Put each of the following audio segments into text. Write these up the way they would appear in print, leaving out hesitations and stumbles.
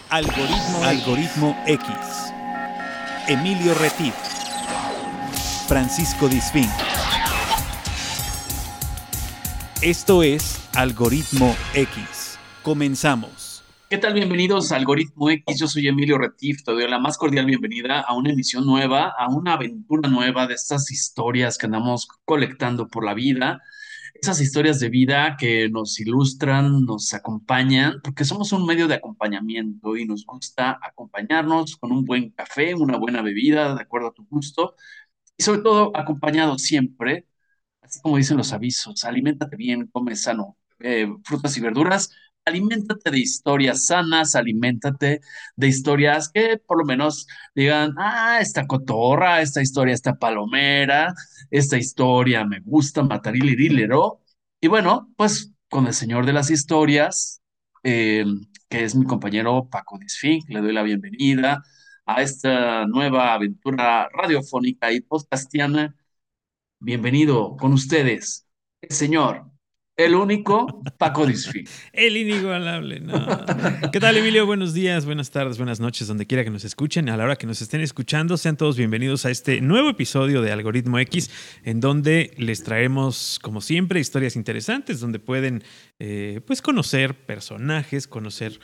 Algoritmo X. Emilio Retif. Francisco Disfín. Esto es Algoritmo X. Comenzamos. ¿Qué tal? Bienvenidos a Algoritmo X. Yo soy Emilio Retif. Te doy la más cordial bienvenida a una emisión nueva, a una aventura nueva de estas historias que andamos colectando por la vida. Esas historias de vida que nos ilustran, nos acompañan, porque somos un medio de acompañamiento y nos gusta acompañarnos con un buen café, una buena bebida, de acuerdo a tu gusto, y sobre todo acompañado siempre, así como dicen los avisos: aliméntate bien, come sano, frutas y verduras. Aliméntate de historias sanas, aliméntate de historias que por lo menos digan: esta cotorra, esta historia, esta palomera, esta historia me gusta, matarilirilo. Y bueno, pues con el señor de las historias, eh, que es mi compañero Paco Disfink, le doy la bienvenida a esta nueva aventura radiofónica y podcastiana. Bienvenido con ustedes, el señor, el único Paco Disfín. El inigualable, no. ¿Qué tal, Emilio? Buenos días, buenas tardes, buenas noches, donde quiera que nos escuchen. A la hora que nos estén escuchando, sean todos bienvenidos a este nuevo episodio de Algoritmo X, en donde les traemos, como siempre, historias interesantes, donde pueden pues conocer personajes, conocer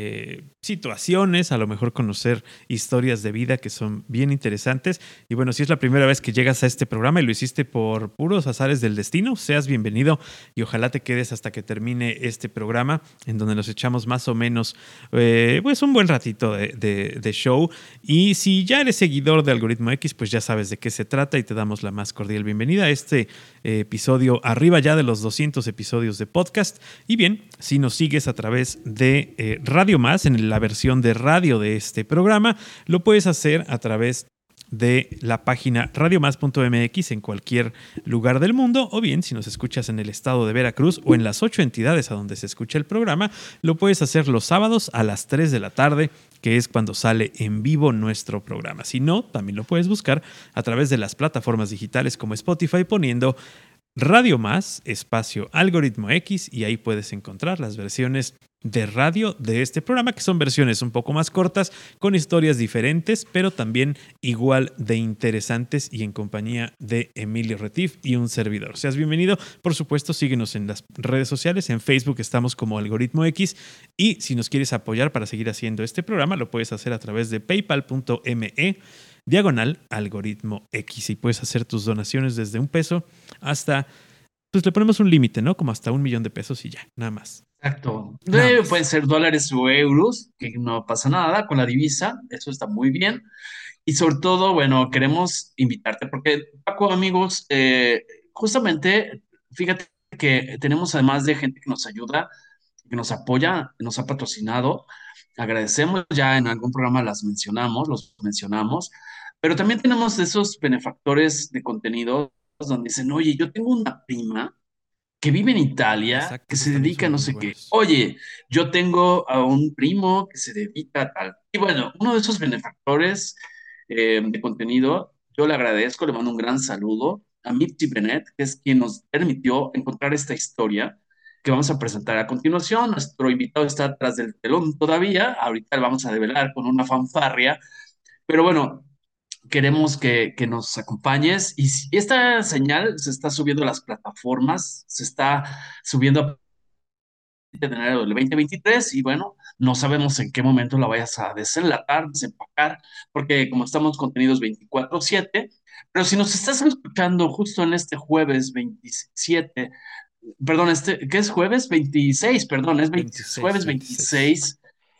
situaciones, a lo mejor conocer historias de vida que son bien interesantes. Y bueno, si es la primera vez que llegas a este programa y lo hiciste por puros azares del destino, seas bienvenido y ojalá te quedes hasta que termine este programa, en donde nos echamos más o menos pues un buen ratito de show. Y si ya eres seguidor de Algoritmo X, pues ya sabes de qué se trata y te damos la más cordial bienvenida a este episodio, arriba ya de los 200 episodios de podcast. Y bien, si nos sigues a través de Radio Más, en la versión de radio de este programa, lo puedes hacer a través de la página radiomás.mx en cualquier lugar del mundo, o bien si nos escuchas en el estado de Veracruz o en las 8 entidades a donde se escucha el programa, lo puedes hacer los sábados a las 3 de la tarde, que es cuando sale en vivo nuestro programa. Si no, también lo puedes buscar a través de las plataformas digitales como Spotify poniendo Radio Más, espacio Algoritmo X, y ahí puedes encontrar las versiones de radio de este programa, que son versiones un poco más cortas, con historias diferentes, pero también igual de interesantes y en compañía de Emilio Retif y un servidor. Seas bienvenido. Por supuesto, síguenos en las redes sociales. En Facebook estamos como Algoritmo X, y si nos quieres apoyar para seguir haciendo este programa, lo puedes hacer a través de paypal.me/Algoritmo X, y puedes hacer tus donaciones desde $1 hasta, pues le ponemos un límite, ¿no? Como hasta $1,000,000 y ya, nada más. Exacto. Nada más. Pueden ser dólares o euros, que no pasa nada con la divisa, eso está muy bien. Y sobre todo, bueno, queremos invitarte, porque Paco, amigos, justamente, fíjate que tenemos, además de gente que nos ayuda, que nos apoya, nos ha patrocinado. Agradecemos, ya en algún programa los mencionamos, pero también tenemos esos benefactores de contenido donde dicen: oye, yo tengo una prima que vive en Italia, Exacto, que esos se también dedica a son no muy sé qué. buenos. Oye, yo tengo a un primo que se dedica a tal. Y bueno, uno de esos benefactores de contenido, yo le agradezco, le mando un gran saludo a Mitzi Bennett, que es quien nos permitió encontrar esta historia que vamos a presentar a continuación. Nuestro invitado está atrás del telón todavía, ahorita le vamos a develar con una fanfarria, pero bueno, queremos que nos acompañes. Y si esta señal se está subiendo a las plataformas, se está subiendo a de enero del 2023, y bueno, no sabemos en qué momento la vayas a desenlatar, desempacar, porque como estamos contenidos 24/7, pero si nos estás escuchando justo en este jueves 27, perdón, ¿qué es jueves? 26, perdón, es 26, jueves 26. 26.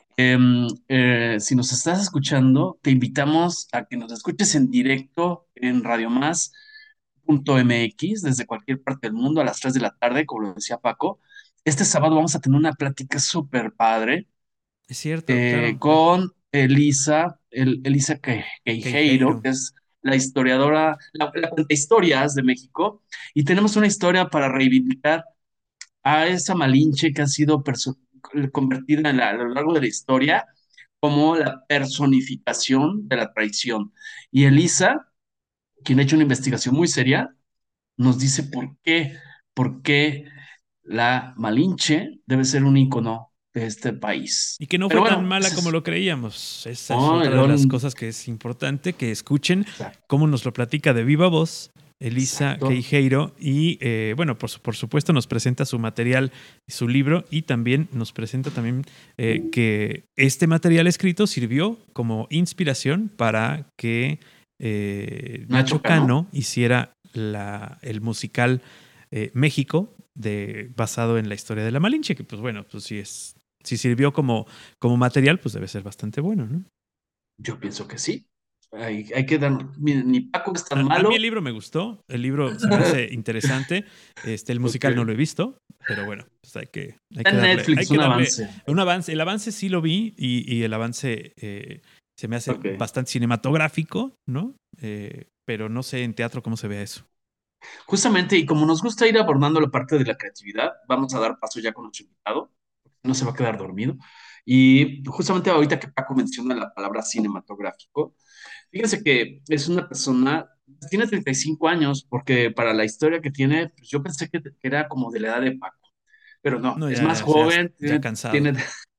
Si nos estás escuchando, te invitamos a que nos escuches en directo en radiomás.mx desde cualquier parte del mundo a las 3 de la tarde, como lo decía Paco. Este sábado vamos a tener una plática súper padre Es cierto, claro. con Elisa Queijeiro, Queijeiro. que es la historiadora, la cuenta historias de México, y tenemos una historia para reivindicar a esa Malinche que ha sido convertida a lo largo de la historia como la personificación de la traición. Y Elisa, quien ha hecho una investigación muy seria, nos dice por qué la Malinche debe ser un ícono de este país. Y que no Pero fue tan bueno, mala ese como es, lo creíamos. Esa es oh, otra de las cosas que es importante, que escuchen exacto, cómo nos lo platica de viva voz Elisa exacto. Queijeiro. Y bueno, por supuesto nos presenta su material, su libro, y también nos presenta también que este material escrito sirvió como inspiración para que Nacho Nacho Cano. Cano hiciera el musical México, basado en la historia de la Malinche, que pues bueno, pues sí es, si sirvió como material, pues debe ser bastante bueno, ¿no? Yo pienso que sí. Hay que dar, ni Paco es tan A mí el malo. libro me gustó, el libro se me hace interesante, el Ok. musical no lo he visto, pero bueno, pues hay Está que en darle, hay Netflix que un darle avance. un avance. El avance sí lo vi y el avance se me hace Ok. bastante cinematográfico, ¿no? Pero no sé en teatro cómo se vea eso. Justamente, y como nos gusta ir abordando la parte de la creatividad, vamos a dar paso ya con nuestro invitado, no se va a quedar dormido. Y justamente ahorita que Paco menciona la palabra cinematográfico, fíjense que es una persona, tiene 35 años, porque para la historia que tiene, pues yo pensé que era como de la edad de Paco, pero no, No, es más ya, joven, ya tiene, cansado.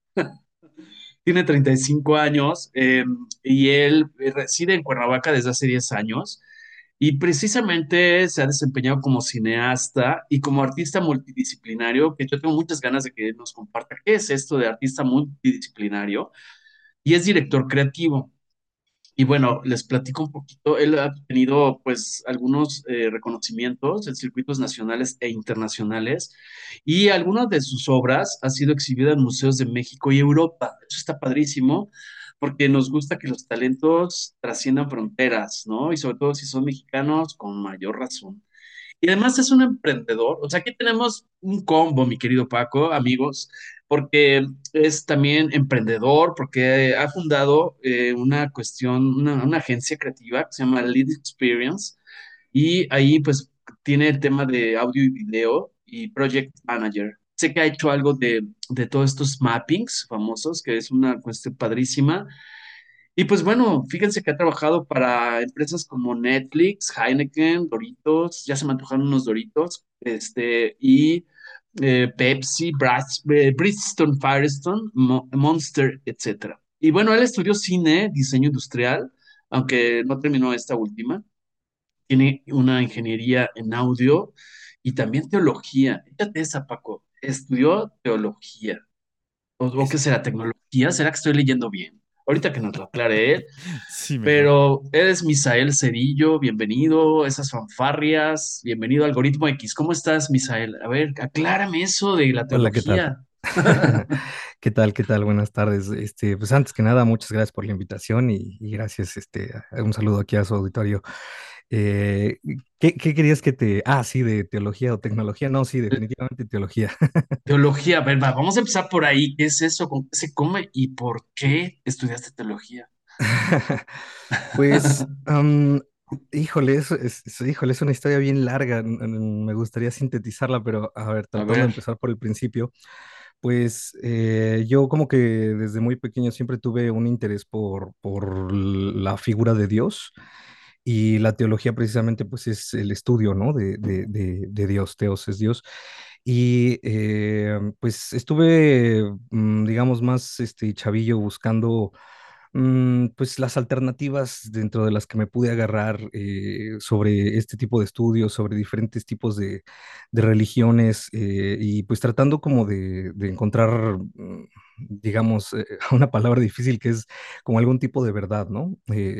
tiene 35 años y él reside en Cuernavaca desde hace 10 años y precisamente se ha desempeñado como cineasta y como artista multidisciplinario, que yo tengo muchas ganas de que él nos comparta qué es esto de artista multidisciplinario y es director creativo. Y bueno, les platico un poquito. Él ha tenido pues algunos reconocimientos en circuitos nacionales e internacionales y algunas de sus obras han sido exhibidas en museos de México y Europa. Eso está padrísimo porque nos gusta que los talentos trasciendan fronteras, ¿no? Y sobre todo si son mexicanos, con mayor razón. Y además es un emprendedor. O sea, aquí tenemos un combo, mi querido Paco, amigos, porque es también emprendedor, porque ha fundado una agencia creativa que se llama Lead Experience. Y ahí pues tiene el tema de audio y video y Project Manager. Sé que ha hecho algo de todos estos mappings famosos, que es una cuestión padrísima. Y pues bueno, fíjense que ha trabajado para empresas como Netflix, Heineken, Doritos, ya se me antojaron unos Doritos, y Pepsi, Bridgestone Firestone, Monster, etcétera. Y bueno, él estudió cine, diseño industrial, aunque no terminó esta última. Tiene una ingeniería en audio y también teología. Fíjate esa, Paco. Estudió teología. ¿O qué Es, será? ¿Tecnología? ¿Será que estoy leyendo bien? Ahorita que nos lo aclare él. sí, mejor. Pero eres Misael Cedillo, bienvenido, esas fanfarrias, bienvenido a Algoritmo X. ¿Cómo estás, Misael? A ver, aclárame eso de la Hola, ¿qué tal? teología. ¿Qué tal? ¿Qué tal? Buenas tardes. Pues antes que nada, muchas gracias por la invitación y gracias, un saludo aquí a su auditorio. Eh, ¿qué querías que sí, de teología o tecnología? No, sí, definitivamente teología. Teología, a ver, vamos a empezar por ahí. ¿Qué es eso? ¿Con qué se come? ¿Y por qué estudiaste teología? Pues, híjole, híjole, es una historia bien larga. Me gustaría sintetizarla, pero a ver, A tratando de ver, empezar por el principio. Pues yo como que desde muy pequeño siempre tuve un interés por la figura de Dios y la teología precisamente pues es el estudio, ¿no? De Dios, Teos es Dios. Y pues estuve, digamos, más chavillo buscando pues las alternativas dentro de las que me pude agarrar sobre este tipo de estudios, sobre diferentes tipos de religiones y pues tratando como de encontrar, digamos, una palabra difícil que es como algún tipo de verdad, ¿no?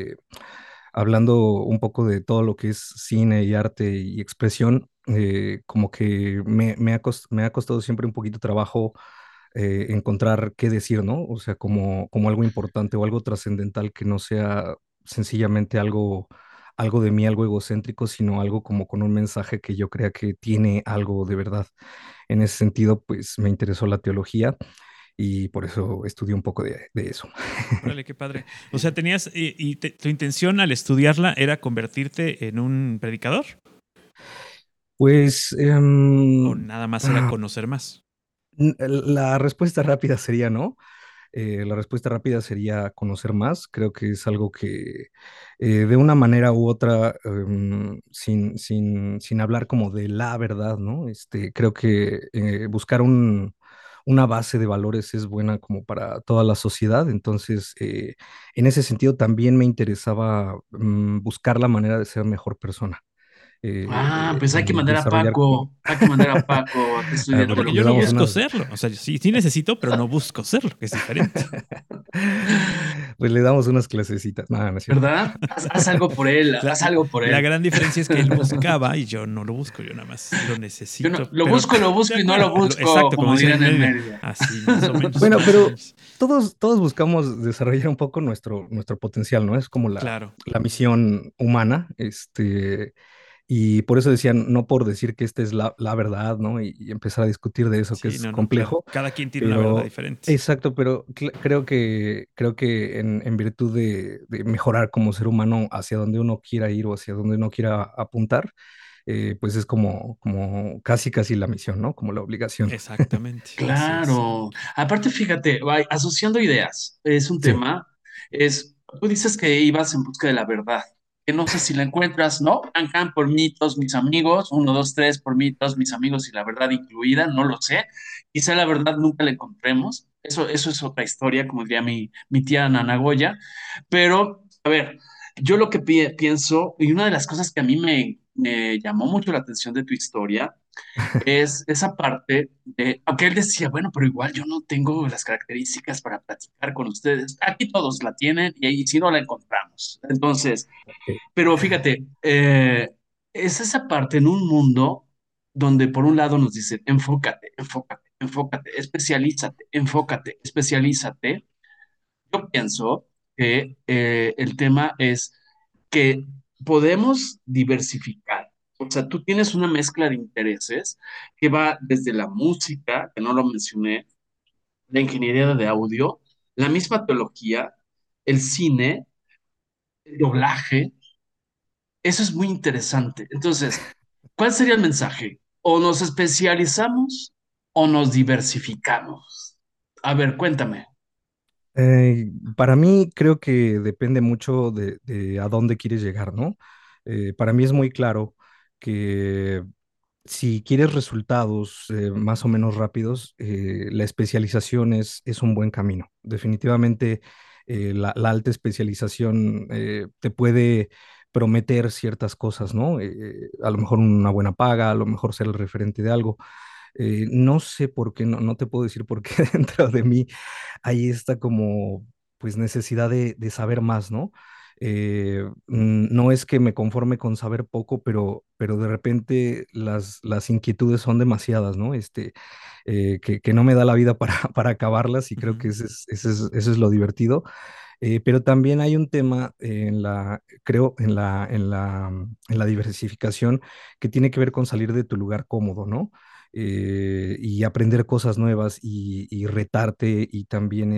Hablando un poco de todo lo que es cine y arte y expresión, como que me ha costado siempre un poquito trabajo encontrar qué decir, ¿no? O sea, como algo importante o algo trascendental que no sea sencillamente algo de mí, algo egocéntrico, sino algo como con un mensaje que yo crea que tiene algo de verdad. En ese sentido, pues me interesó la teología y por eso estudié un poco de eso. Órale, qué padre. O sea, tenías, tu intención al estudiarla era convertirte en un predicador Pues o nada más era conocer más. la respuesta rápida sería no. La respuesta rápida sería conocer más. Creo que es algo que de una manera u otra, sin hablar como de la verdad, ¿no? Creo que buscar una base de valores es buena como para toda la sociedad. Entonces, en ese sentido también me interesaba buscar la manera de ser mejor persona, Pues hay que y mandar a desarrollar como... Paco, hay que mandar a Paco a que estudie No, porque yo Le no damos teología. busco unas... serlo. O sea, sí, sí necesito, pero no busco serlo, que es diferente. Pues le damos unas clasecitas. Nada, no es cierto. ¿Verdad? Haz algo por él, La, haz algo por la él. gran diferencia es que él buscaba y yo no lo busco, yo nada más lo Yo no, necesito, pero lo de busco y no acuerdo. lo busco, Exacto, como como dicen dirían en en Mérida. Mérida. Así, más o menos, Bueno, más o pero menos. todos buscamos desarrollar un poco nuestro potencial, ¿no? Es como Claro. la misión humana, y por eso decían, no por decir que esta es la verdad, ¿no? Y empezar a discutir de eso, que Sí, es no, claro. complejo, Cada quien tiene una verdad pero, diferente. exacto, pero creo que en virtud de mejorar como ser humano hacia donde uno quiera ir o hacia donde uno quiera apuntar, pues es como casi la misión, ¿no? Como la obligación. Exactamente, así es. Claro. Aparte, fíjate, asociando ideas, es un Sí. tema, tú dices que ibas en busca de la verdad, que no sé si la encuentras, ¿no? Can por mí, todos mis amigos, uno, dos, tres por mí, todos mis amigos y la verdad incluida, no lo sé. Quizá la verdad nunca la encontremos. Eso es otra historia, como diría mi tía Ana Goya. Pero, a ver, yo lo que pienso, y una de las cosas que a mí me llamó mucho la atención de tu historia, es esa parte de, aunque él decía, bueno, pero igual yo no tengo las características para platicar con ustedes. Aquí todos la tienen y ahí si no la encontramos. Entonces, Ok. pero fíjate, es esa parte en un mundo donde por un lado nos dicen, enfócate, enfócate, enfócate, especialízate, enfócate, especialízate. Yo pienso que el tema es que podemos diversificar. O sea, tú tienes una mezcla de intereses que va desde la música, que no lo mencioné, la ingeniería de audio, la misma teología, el cine, el doblaje. Eso es muy interesante. Entonces, ¿cuál sería el mensaje? O nos especializamos o nos diversificamos. A ver, cuéntame. Para mí creo que depende mucho de a dónde quieres llegar, ¿no? Para mí es muy claro que si quieres resultados más o menos rápidos, la especialización es un buen camino. Definitivamente, la alta especialización te puede prometer ciertas cosas, ¿no? A lo mejor una buena paga, a lo mejor ser el referente de algo. No sé por qué, no te puedo decir por qué dentro de mí hay esta como pues necesidad de saber más, ¿no? No es que me conforme con saber poco, pero de repente las inquietudes son demasiadas, ¿no? Que no me da la vida para, para acabarlas, y creo Ujú. que eso es lo divertido. Pero también hay un tema creo, en la diversificación, que tiene que ver con salir de tu lugar cómodo, ¿no? Y aprender cosas nuevas y retarte, y también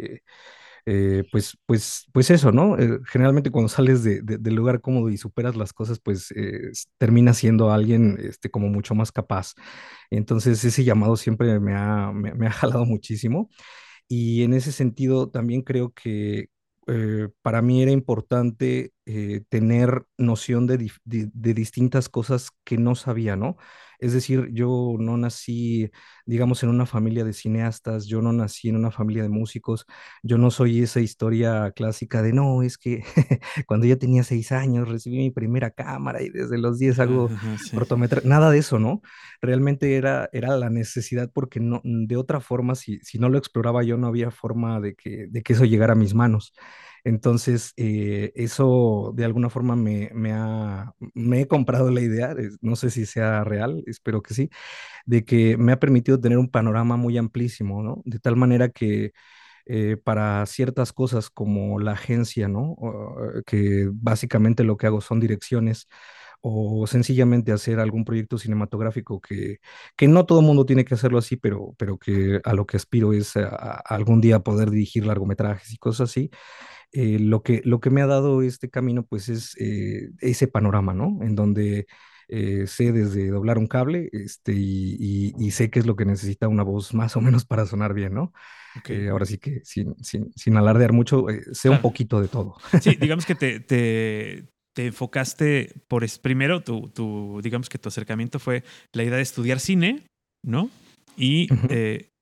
pues eso, ¿no? Generalmente cuando sales del lugar cómodo y superas las cosas, pues terminas siendo alguien como mucho más capaz. Entonces ese llamado siempre me ha jalado muchísimo. Y en ese sentido también creo que para mí era importante tener noción de distintas cosas que no sabía, ¿no? Es decir, yo no nací, digamos, en una familia de cineastas, yo no nací en una familia de músicos, yo no soy esa historia clásica de, no, es que cuando yo tenía 6 años recibí mi primera cámara y desde los 10 Ajá, hago ajá, sí. cortometraje, nada de eso, ¿no? Realmente era la necesidad, porque no, de otra forma, si no lo exploraba yo, no había forma de que eso llegara a mis manos. Entonces, eso de alguna forma me he comprado la idea, no sé si sea real, espero que sí, de que me ha permitido tener un panorama muy amplísimo, ¿no? De tal manera que para ciertas cosas como la agencia, ¿no? Que básicamente lo que hago son direcciones, o sencillamente hacer algún proyecto cinematográfico que no todo el mundo tiene que hacerlo así, pero que a lo que aspiro es a algún día poder dirigir largometrajes y cosas así. Lo que me ha dado este camino, pues es ese panorama, ¿no? En donde sé desde doblar un cable, y sé qué es lo que necesita una voz más o menos para sonar bien, ¿no? Ok, Ahora sí que sin alardear mucho, sé un claro. poquito de todo. Sí, digamos que te enfocaste primero, digamos que tu acercamiento fue la idea de estudiar cine, ¿no? Y Ujú.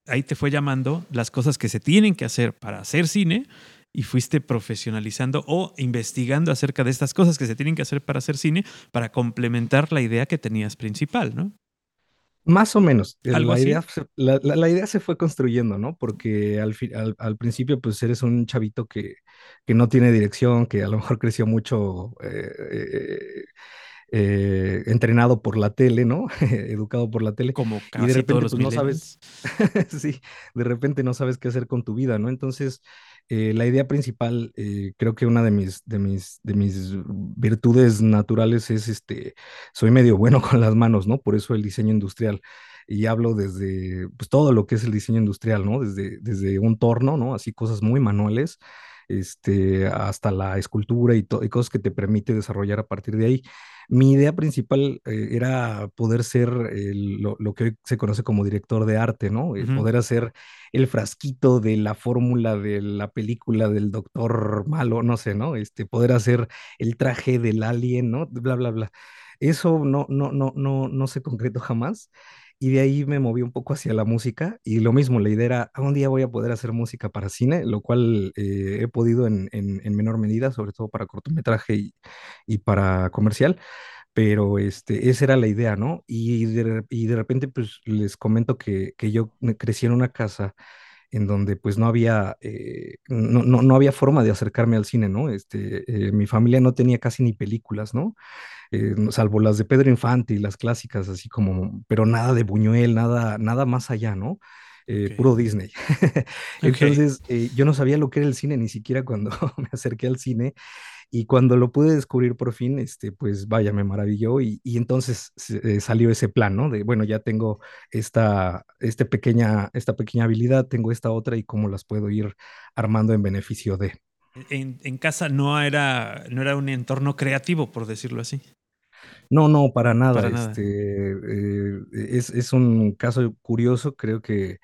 ahí te fue llamando las cosas que se tienen que hacer para hacer cine y fuiste profesionalizando o investigando acerca de estas cosas que se tienen que hacer para hacer cine para complementar la idea que tenías principal, ¿no? Más o menos, ¿Algo así? la idea se fue construyendo, ¿no? Porque al principio, pues eres un chavito que no tiene dirección, que a lo mejor creció mucho entrenado por la tele, ¿no? Educado por la tele, Como y de casi todos repente, los pues no sabes, millennials. sí, de repente no sabes qué hacer con tu vida, ¿no? Entonces, la idea principal, creo que una de mis virtudes naturales es, soy medio bueno con las manos, ¿no? Por eso el diseño industrial. Y hablo desde, pues, todo lo que es el diseño industrial, ¿no? Desde un torno, ¿no? Así cosas muy manuales, hasta la escultura y cosas que te permite desarrollar a partir de ahí. Mi idea principal era poder ser lo que hoy se conoce como director de arte, ¿no? Ujú. Poder hacer el frasquito de la fórmula de la película del doctor malo, no sé, ¿no? Poder hacer el traje del alien, ¿no? Bla, bla, bla. Eso no se concretó jamás. Y de ahí me moví un poco hacia la música y lo mismo, la idea era, un día voy a poder hacer música para cine, lo cual he podido en menor medida, sobre todo para cortometraje y para comercial, pero esa era la idea, ¿no? Y de repente, pues les comento que yo crecí en una casa en donde pues no había forma de acercarme al cine, ¿no? Mi familia no tenía casi ni películas, ¿no? Salvo las de Pedro Infante y las clásicas, así como, pero nada de Buñuel, nada más allá, ¿no? Ok. Puro Disney. Ok. Entonces, yo no sabía lo que era el cine, ni siquiera cuando me acerqué al cine. Y cuando lo pude descubrir por fin, pues vaya, me maravilló y entonces salió ese plan, ¿no? De, bueno, ya tengo esta pequeña habilidad, tengo esta otra y cómo las puedo ir armando en beneficio de. En casa no era un entorno creativo, por decirlo así. No, no, para nada. Para nada. Es un caso curioso, creo que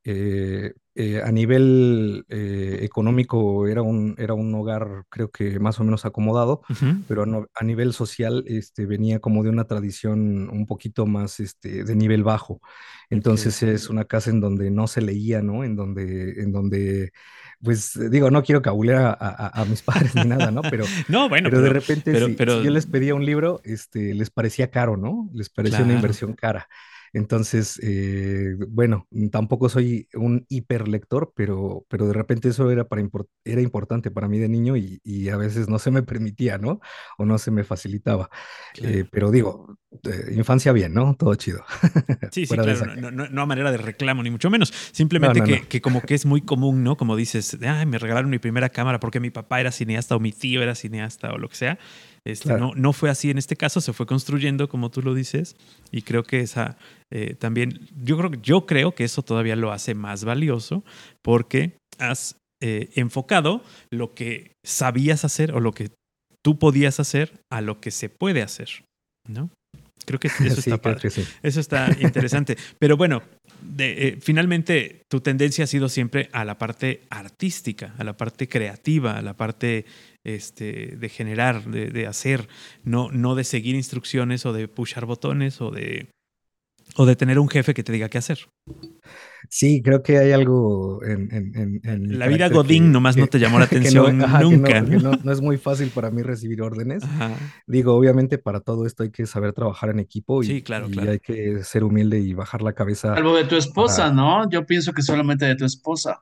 a nivel económico era un hogar, creo que más o menos acomodado, Ujú. pero a nivel social venía como de una tradición un poquito más de nivel bajo. Ok. Entonces es una casa en donde no se leía, ¿no? En donde pues digo, no quiero cabulear a mis padres ni nada, ¿no? Pero, No, bueno, pero de pero, repente pero, si pero, yo les pedía un libro, les parecía caro, ¿no? Les parecía una claro. inversión cara. Entonces, bueno, tampoco soy un hiperlector, pero de repente eso era importante para mí de niño y a veces no se me permitía, ¿no? O no se me facilitaba. Claro. Pero digo, infancia bien, ¿no? Todo chido. Sí, sí, Fuera de claro, esa no, no, caja. no a manera de reclamo, ni mucho menos. No, Simplemente no, no. que como que es muy común, ¿no? Como dices, ay, me regalaron mi primera cámara porque mi papá era cineasta o mi tío era cineasta o lo que sea. Claro. No fue así en este caso, se fue construyendo, como tú lo dices, y creo que esa también, yo creo que eso todavía lo hace más valioso porque has enfocado lo que sabías hacer o lo que tú podías hacer a lo que se puede hacer, ¿no? Creo que eso Sí, está creo padre. que sí. Eso está interesante. Pero bueno, finalmente tu tendencia ha sido siempre a la parte artística, a la parte creativa, a la parte de generar, de hacer, no de seguir instrucciones o de pushar botones o de tener un jefe que te diga qué hacer. Sí, creo que hay algo en mi La vida carácter Godín nomás no te llamó la que no, atención ajá, nunca, que ¿no? no es muy fácil para mí recibir órdenes. Ajá. Digo, obviamente para todo esto hay que saber trabajar en equipo Sí, y, claro, y claro. hay que ser humilde y bajar la cabeza Salvo de tu esposa, para... ¿no? Yo pienso que solamente de tu esposa.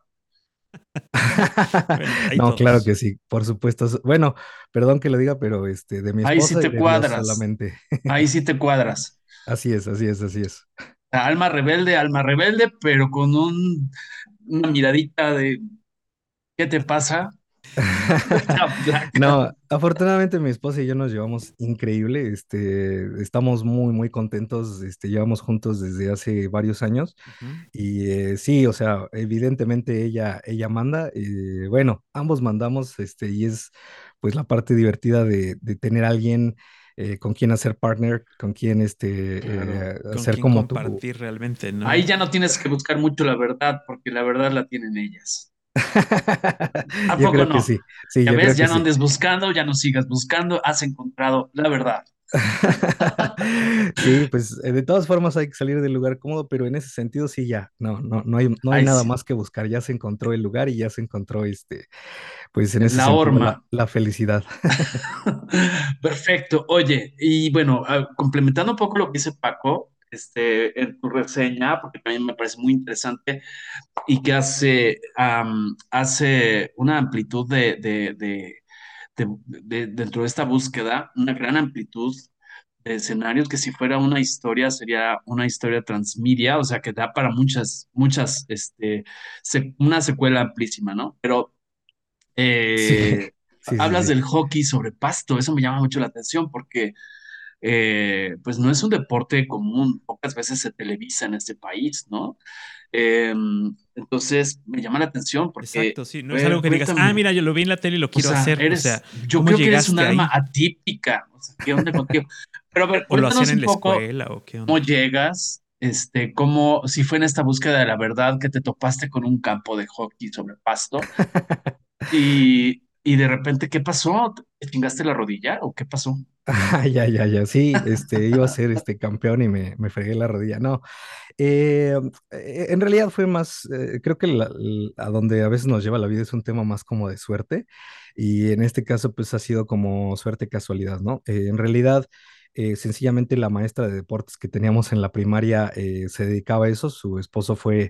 Bueno, ahí No, claro todos. que sí, por supuesto. Bueno, perdón que lo diga, pero de mi Ahí sí esposa y te de Dios cuadras. solamente. Ahí sí te cuadras. Así es, así es, así es. Alma rebelde, pero con una miradita de ¿qué te pasa? Está flaca. No, afortunadamente mi esposa y yo nos llevamos increíble, estamos muy, muy contentos, llevamos juntos desde hace varios años Ujú. y sí, o sea, evidentemente ella manda, bueno, ambos mandamos, y es pues la parte divertida de tener a alguien con quien hacer partner, con quien Claro. Con hacer quién como tu... compartir realmente, ¿no? Ahí ya no tienes que buscar mucho la verdad, porque la verdad la tienen ellas. ¿A Yo poco creo que no? sí, sí, Ya yo ves, creo ya que no sí. andes buscando, ya no sigas buscando, has encontrado la verdad. Sí, pues de todas formas hay que salir del lugar cómodo, pero en ese sentido sí ya, no hay Ay, nada sí, más que buscar, ya se encontró el lugar y ya se encontró pues en ese la sentido la, horma. la felicidad. Perfecto. Oye, y bueno, complementando un poco lo que dice Paco, en tu reseña, porque también me parece muy interesante y que hace una amplitud dentro de esta búsqueda, una gran amplitud de escenarios que si fuera una historia sería una historia transmedia, o sea, que da para muchas, una secuela amplísima, ¿no? Pero Sí, eh, sí, sí, hablas sí. del hockey sobre pasto, eso me llama mucho la atención porque pues no es un deporte común, pocas veces se televisa en este país, ¿no? Eh, entonces me llama la atención porque, Exacto, sí. No a es algo ver, que digas, ah, cuéntame, mira, yo lo vi en la tele y lo o quiero sea, hacer. O sea, yo ¿cómo creo que eres un llegaste alma ahí? atípica, o sea, ¿qué onda contigo? Pero a ver, ¿O lo hacían cuéntanos en un la poco escuela o qué cómo onda? llegas, cómo, si fue en esta búsqueda de la verdad que te topaste con un campo de hockey sobre pasto y de repente, ¿qué pasó? ¿Te chingaste la rodilla o qué pasó? Ya, ya, ya, sí, iba a ser campeón y me fregué la rodilla. No, en realidad fue más, creo que a donde a veces nos lleva la vida es un tema más como de suerte y en este caso pues ha sido como suerte casualidad, ¿no? En realidad, sencillamente la maestra de deportes que teníamos en la primaria se dedicaba a eso, su esposo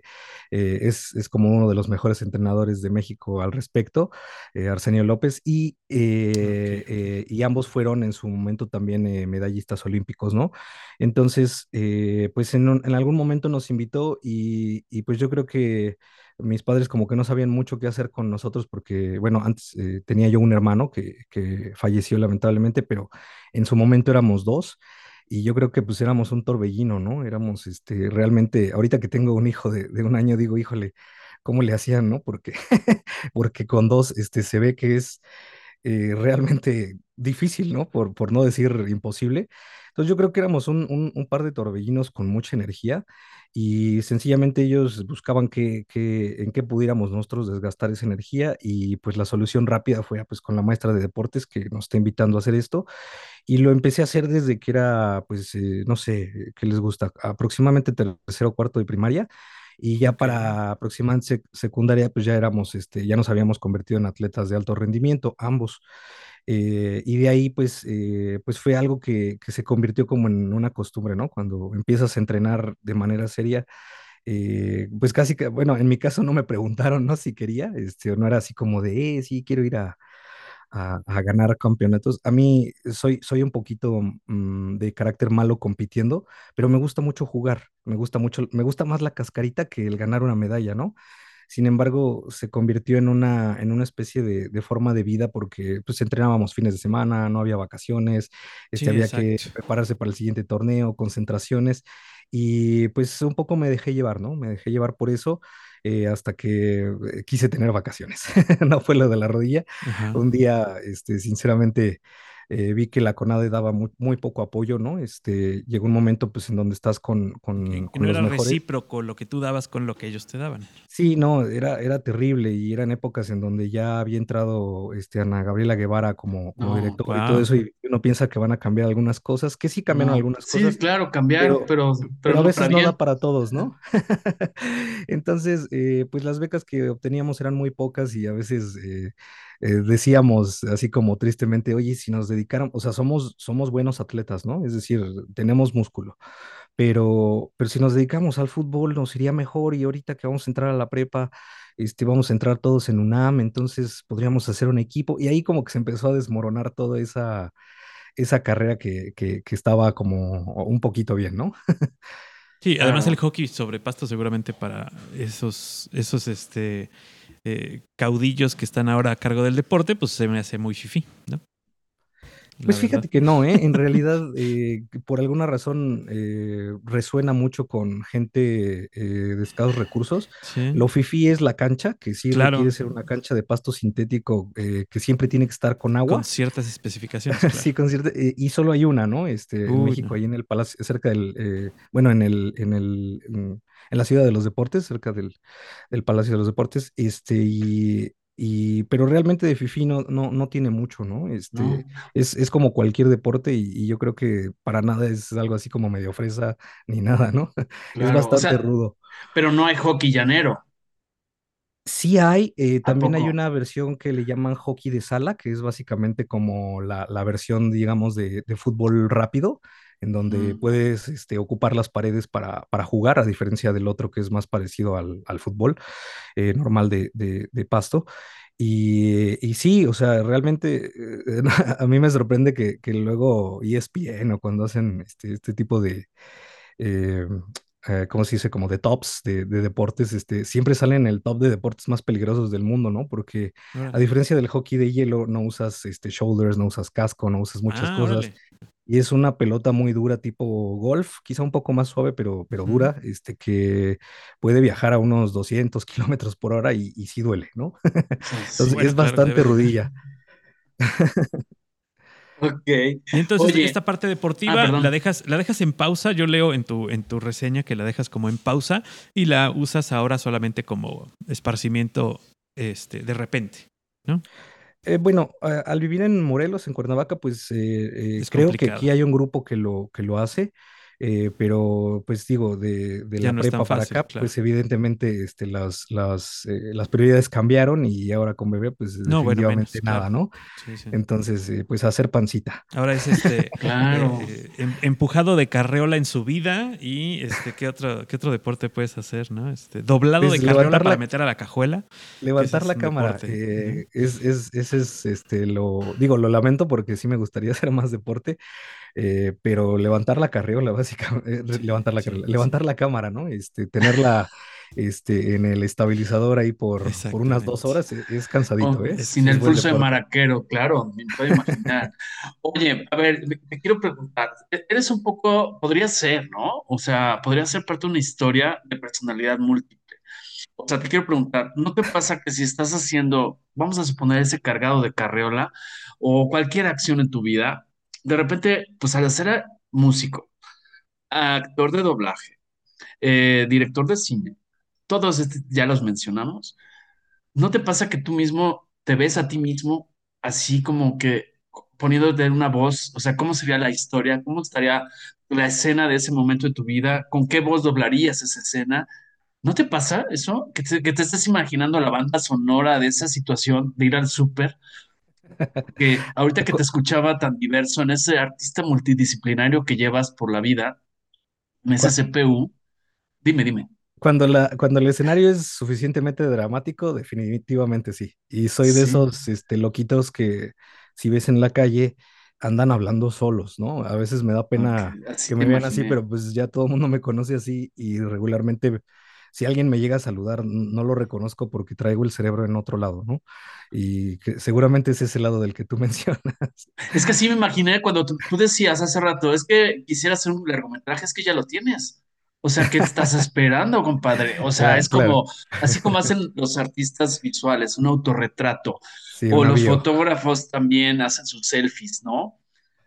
es como uno de los mejores entrenadores de México al respecto, Arsenio López, Ok, ok. y ambos fueron en su momento también medallistas olímpicos, ¿no? Entonces, pues en algún momento nos invitó y pues yo creo que mis padres como que no sabían mucho qué hacer con nosotros porque, bueno, antes tenía yo un hermano que falleció lamentablemente, pero en su momento éramos dos. Y yo creo que pues éramos un torbellino, ¿no? Éramos realmente, ahorita que tengo un hijo de un año, digo, híjole, ¿cómo le hacían, no? Porque, porque con dos se ve que es realmente difícil, ¿no? Por no decir imposible. Entonces yo creo que éramos un par de torbellinos con mucha energía y sencillamente ellos buscaban en qué pudiéramos nosotros desgastar esa energía y pues la solución rápida fue pues con la maestra de deportes que nos está invitando a hacer esto y lo empecé a hacer desde que era pues no sé, ¿qué les gusta? Aproximadamente tercero o cuarto de primaria. Y ya Ok. para aproximadamente secundaria, pues ya éramos, ya nos habíamos convertido en atletas de alto rendimiento, ambos. Y de ahí, pues fue algo que se convirtió como en una costumbre, ¿no? Cuando empiezas a entrenar de manera seria, pues casi que, bueno, en mi caso no me preguntaron, ¿no? Si quería, o no era así como de, sí, quiero ir a ganar campeonatos. A mí soy un poquito de carácter malo compitiendo, pero me gusta mucho jugar, me gusta más la cascarita que el ganar una medalla, ¿no? Sin embargo, se convirtió en una especie de forma de vida porque pues entrenábamos fines de semana, no había vacaciones, Sí, había que exacto. prepararse para el siguiente torneo, concentraciones y pues un poco me dejé llevar, ¿no? Me dejé llevar por eso hasta que quise tener vacaciones. No fue lo de la rodilla. Ajá. Un día, sinceramente, vi que la CONADE daba muy poco apoyo, ¿no? Llegó un momento pues en donde estás con, con, Que con no los era mejores. recíproco lo que tú dabas con lo que ellos te daban. Sí, no, era terrible y eran épocas en donde ya había entrado Ana Gabriela Guevara como No, director y todo Wow. eso y uno piensa que van a cambiar algunas cosas, que sí cambiaron no. algunas Sí, cosas, claro, cambiaron, pero, pero pero a no veces para no da bien. para todos, ¿no? Entonces, pues las becas que obteníamos eran muy pocas y a veces decíamos así como tristemente, oye, si nos dedicaran, o sea, somos buenos atletas, ¿no? Es decir, tenemos músculo, pero si nos dedicamos al fútbol nos iría mejor y ahorita que vamos a entrar a la prepa, vamos a entrar todos en UNAM, entonces podríamos hacer un equipo y ahí como que se empezó a desmoronar toda esa carrera que estaba como un poquito bien, ¿no? Sí, además el Claro. hockey sobre pasto seguramente para esos caudillos que están ahora a cargo del deporte, pues se me hace muy fifí, ¿no? La Pues verdad. fíjate que no, ¿eh? En realidad, por alguna razón, resuena mucho con gente de escasos recursos. Sí, Lo fifí es la cancha, que sí claro, requiere ser una cancha de pasto sintético, que siempre tiene que estar con con agua. ciertas especificaciones, claro. Sí, y solo hay una, ¿no? En Uy, México, no. ahí en el Palacio, cerca bueno, en la Ciudad de los Deportes, cerca del Palacio de los Deportes, pero realmente de fifí no tiene mucho, ¿no? ¿no? Es como cualquier deporte y yo creo que para nada es algo así como medio fresa ni nada, ¿no? Es Claro, o bastante sea, rudo. pero no hay hockey llanero, Sí hay, ¿a también poco? hay una versión que le llaman hockey de sala, que es básicamente como la versión, digamos, de fútbol rápido, en donde Ujú. puedes ocupar las paredes para jugar, a diferencia del otro que es más parecido al fútbol normal de pasto. Y sí, o sea, realmente a mí me sorprende que luego ESPN o cuando hacen este tipo de, eh, ¿cómo se dice? Como de tops de deportes, siempre salen en el top de deportes más peligrosos del mundo, ¿no? Porque a Órale. diferencia del hockey de hielo, no usas shoulders, no usas casco, no usas muchas Ah, cosas. órale. Y es una pelota muy dura, tipo golf, quizá un poco más suave, pero Ujú. dura, que puede viajar a unos 200 kilómetros por hora y sí duele, ¿no? O sea, Entonces sí. Bueno, es claro, debe bastante doler. rudilla. Ok. Y entonces Oye, esta parte deportiva perdón. la dejas en pausa. Yo leo en tu reseña que la dejas como en pausa y la usas ahora solamente como esparcimiento de repente, ¿no? Bueno, al vivir en Morelos, en Cuernavaca, pues Es creo que complicado. aquí hay un grupo que lo hace, pero pues digo, de Ya la no es tan prepa para fácil, acá, claro. pues evidentemente las prioridades cambiaron y ahora con bebé, pues No, bueno, definitivamente menos, nada, claro. ¿no? Sí, sí. Entonces, pues hacer pancita. Ahora es Claro. empujado de carreola en subida y qué otro deporte puedes hacer, ¿no? Doblado de Pues carreola para meter a la cajuela, que ese levantar es la un cámara, deporte, ¿no? ese es, lo lamento porque sí me gustaría hacer más deporte, pero levantar la carriola, básicamente, Sí, sí, sí. levantar la cámara, ¿no? Tenerla, en el estabilizador ahí por unas dos Exactamente. horas es cansadito, ¿eh? Sin Es el buen pulso de deporte. maraquero, claro, me puedo imaginar. Oye, a ver, me quiero preguntar, eres un poco, podría ser, ¿no? O sea, podría ser parte de una historia de personalidad múltiple. O sea, te quiero preguntar, ¿no te pasa que si estás haciendo, vamos a suponer ese cargado de carriola o cualquier acción en tu vida, de repente, pues al ser músico, actor de doblaje, director de cine, todos ya los mencionamos? ¿No te pasa que tú mismo te ves a ti mismo así como que poniéndote una voz? O sea, ¿cómo sería la historia? ¿Cómo estaría la escena de ese momento de tu vida? ¿Con qué voz doblarías esa escena? ¿No te pasa eso? Que te estés imaginando la banda sonora de esa situación de ir al súper. Porque ahorita que te Cu- escuchaba tan diverso en ese artista multidisciplinario que llevas por la vida, en ese cu- CPU, dime, dime. Cuando el escenario es suficientemente dramático, definitivamente sí. Y soy de Sí, esos loquitos que si ves en la calle andan hablando solos, ¿no? A veces me da ok, pena así que te me vean así, imaginé. pero pues ya todo el mundo me conoce así y regularmente si alguien me llega a saludar no lo reconozco porque traigo el cerebro en otro lado, ¿no? Y que seguramente es ese lado del que tú mencionas. Es que sí me imaginé cuando tú decías hace rato, es que quisiera hacer un largometraje, es que ya lo tienes. O sea, ¿qué estás esperando, compadre? O sea, Claro, es claro. como, así como hacen los artistas visuales, un autorretrato, Sí, o una los bio. fotógrafos también hacen sus selfies, ¿no?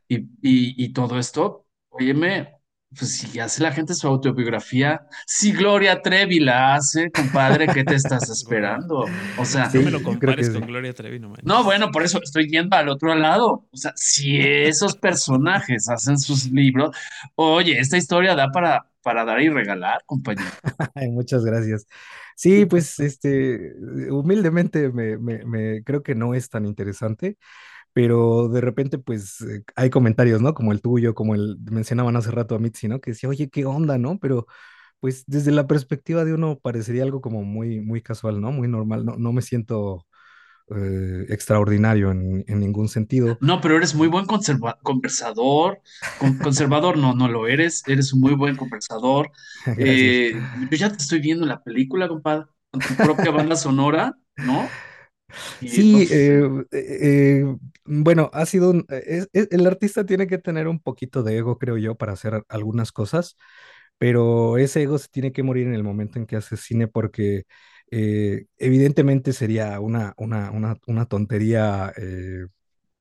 Y todo esto, óyeme, pues si hace la gente su autobiografía, si Gloria Trevi la hace, compadre, ¿qué te estás Wow. esperando? O sea, No me lo Sí, yo creo compares que con sí. Gloria Trevi, no no, manches. bueno, por eso estoy yendo al otro lado. O sea, si esos personajes hacen sus libros, oye, esta historia da para dar y regalar, compañero. Ay, muchas gracias. Sí, pues humildemente creo que no es tan interesante, pero de repente pues hay comentarios, ¿no? Como el tuyo, como el mencionaban hace rato a Mitzi, ¿no? Que decía, oye, ¿qué onda, no? Pero pues desde la perspectiva de uno parecería algo como muy, muy casual, ¿no? Muy normal, no me siento extraordinario en ningún sentido. No, pero eres muy buen conversador. Conservador no lo eres. Eres un muy buen conversador. Gracias. Yo ya te estoy viendo en la película, compadre, con tu propia banda sonora, ¿no? Y Sí, uf, bueno, ha sido el artista tiene que tener un poquito de ego, creo yo, para hacer algunas cosas, pero ese ego se tiene que morir en el momento en que haces cine porque evidentemente sería una tontería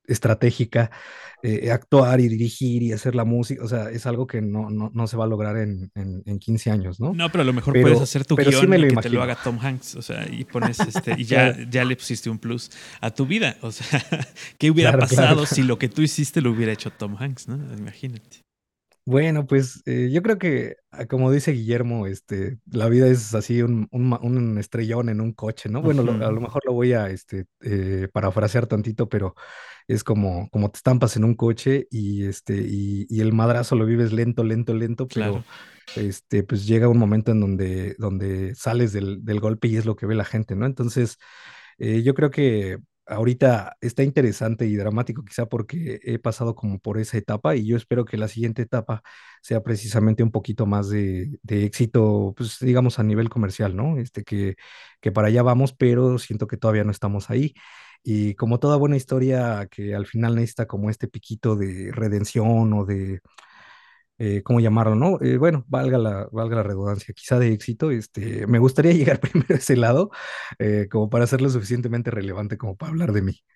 estratégica, actuar y dirigir y hacer la música, o sea, es algo que no se va a lograr en 15 años, ¿no? No, pero a lo mejor puedes hacer tu Pero sí guión me y lo que te lo imagino. haga Tom Hanks, o sea, y pones y Claro, ya le pusiste un plus a tu vida. O sea, ¿qué hubiera claro, claro, pasado si claro. lo que tú hiciste lo hubiera hecho Tom Hanks, ¿no? Imagínate. Bueno, pues yo creo que, como dice Guillermo, la vida es así un estrellón en un coche, ¿no? Bueno, a Ujú. lo mejor lo voy a parafrasear tantito, pero es como te estampas en un coche y el madrazo lo vives lento, lento, lento, Claro. pero pues llega un momento en donde sales del golpe y es lo que ve la gente, ¿no? Entonces, yo creo que ahorita está interesante y dramático quizá porque he pasado como por esa etapa y yo espero que la siguiente etapa sea precisamente un poquito más de éxito, pues digamos a nivel comercial, ¿no? Que para allá vamos, pero siento que todavía no estamos ahí. Y como toda buena historia que al final necesita como este piquito de redención o de ¿cómo llamarlo, no? Bueno, valga la redundancia, quizá de éxito, me gustaría llegar primero a ese lado, como para ser lo suficientemente relevante como para hablar de mí.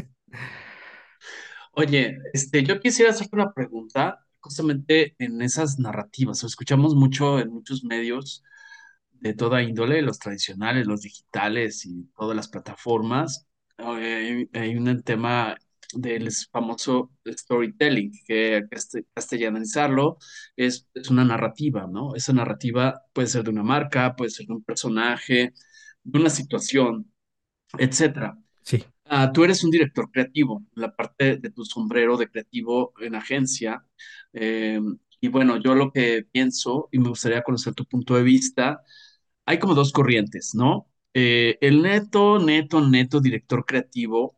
Oye, yo quisiera hacerte una pregunta justamente en esas narrativas. O escuchamos mucho en muchos medios de toda índole, los tradicionales, los digitales y todas las plataformas. Hay un tema del famoso storytelling, que castellanizarlo es una narrativa, ¿no? Esa narrativa puede ser de una marca, puede ser de un personaje, de una situación, etcétera. Sí, Tú eres un director creativo, la parte de tu sombrero de creativo en agencia. eh, y bueno, yo lo que pienso, y me gustaría conocer tu punto de vista, hay como dos corrientes, ¿no? El neto director creativo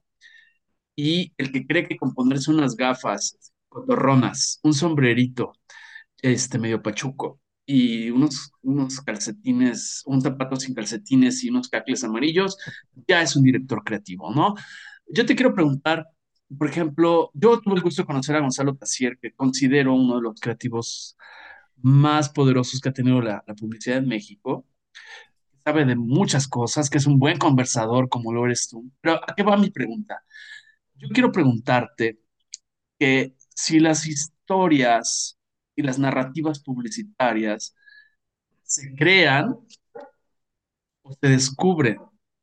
y el que cree que con ponerse unas gafas cotorronas, un sombrerito, medio pachuco y unos calcetines, un zapato sin calcetines y unos cacles amarillos, ya es un director creativo, ¿no? Yo te quiero preguntar, por ejemplo, yo tuve el gusto de conocer a Gonzalo Tassier, que considero uno de los creativos más poderosos que ha tenido la publicidad en México. Sabe de muchas cosas, que es un buen conversador como lo eres tú. Pero ¿a qué va mi pregunta? Yo quiero preguntarte que si las historias y las narrativas publicitarias se crean o se descubren.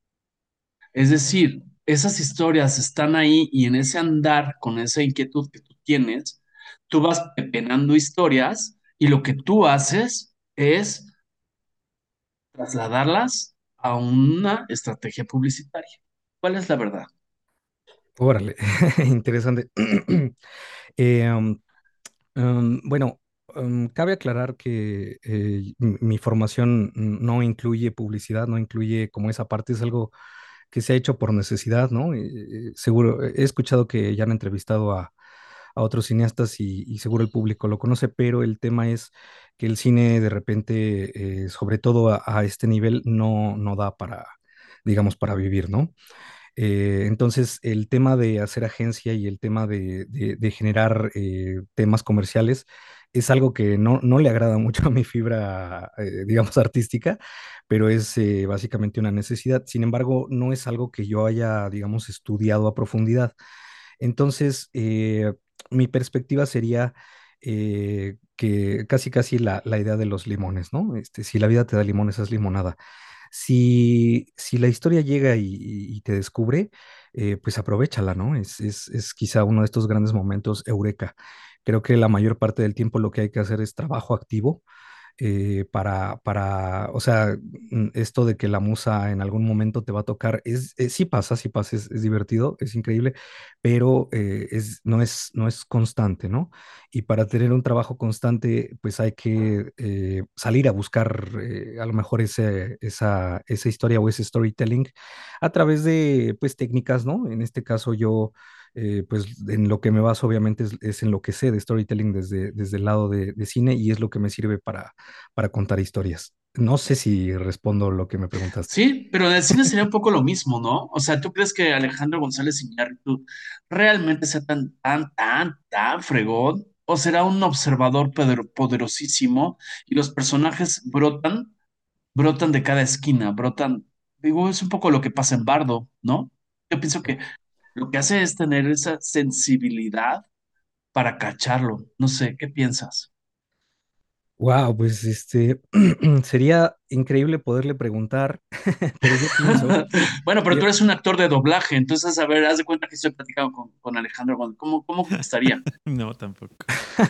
Es decir, esas historias están ahí y en ese andar con esa inquietud que tú tienes, tú vas pepenando historias y lo que tú haces es trasladarlas a una estrategia publicitaria. ¿Cuál es la verdad? órale, interesante. Eh, um, bueno, cabe aclarar que mi formación no incluye publicidad, no incluye como esa parte, es algo que se ha hecho por necesidad, ¿no? Seguro, he escuchado que ya han entrevistado a otros cineastas y seguro el público lo conoce, pero el tema es que el cine de repente, sobre todo a este nivel, no da para, digamos, para vivir, ¿no? Entonces, el tema de hacer agencia y el tema de generar temas comerciales es algo que no le agrada mucho a mi fibra, digamos, artística, pero es básicamente una necesidad. Sin embargo, no es algo que yo haya, digamos, estudiado a profundidad. Entonces, mi perspectiva sería que casi, casi la idea de los limones, ¿no? Si la vida te da limones, haz limonada. Si la historia llega y te descubre, pues aprovéchala, ¿no? Es quizá uno de estos grandes momentos eureka. Creo que la mayor parte del tiempo lo que hay que hacer es trabajo activo o sea, esto de que la musa en algún momento te va a tocar, sí pasa, es divertido, es increíble, pero no es constante, ¿no? Y para tener un trabajo constante, pues hay que salir a buscar a lo mejor esa historia o ese storytelling a través de, pues, técnicas, ¿no? En este caso yo pues en lo que me baso obviamente es en lo que sé de storytelling desde el lado de cine y es lo que me sirve para contar historias. No sé si respondo lo que me preguntaste. Sí, pero en el cine sería un poco lo mismo, ¿no? O sea, ¿tú crees que Alejandro González Iñárritu realmente sea tan fregón? ¿O será un observador poderosísimo y los personajes brotan de cada esquina, brotan? Digo, es un poco lo que pasa en Bardo, ¿no? Yo pienso que Lo que hace es tener esa sensibilidad para cacharlo. No sé, ¿qué piensas? Wow, pues sería increíble poderle preguntar, pero yo pienso, Bueno, pero yo, tú eres un actor de doblaje, entonces, a ver, haz de cuenta que estoy platicando con Alejandro González. ¿Cómo estaría? No, tampoco.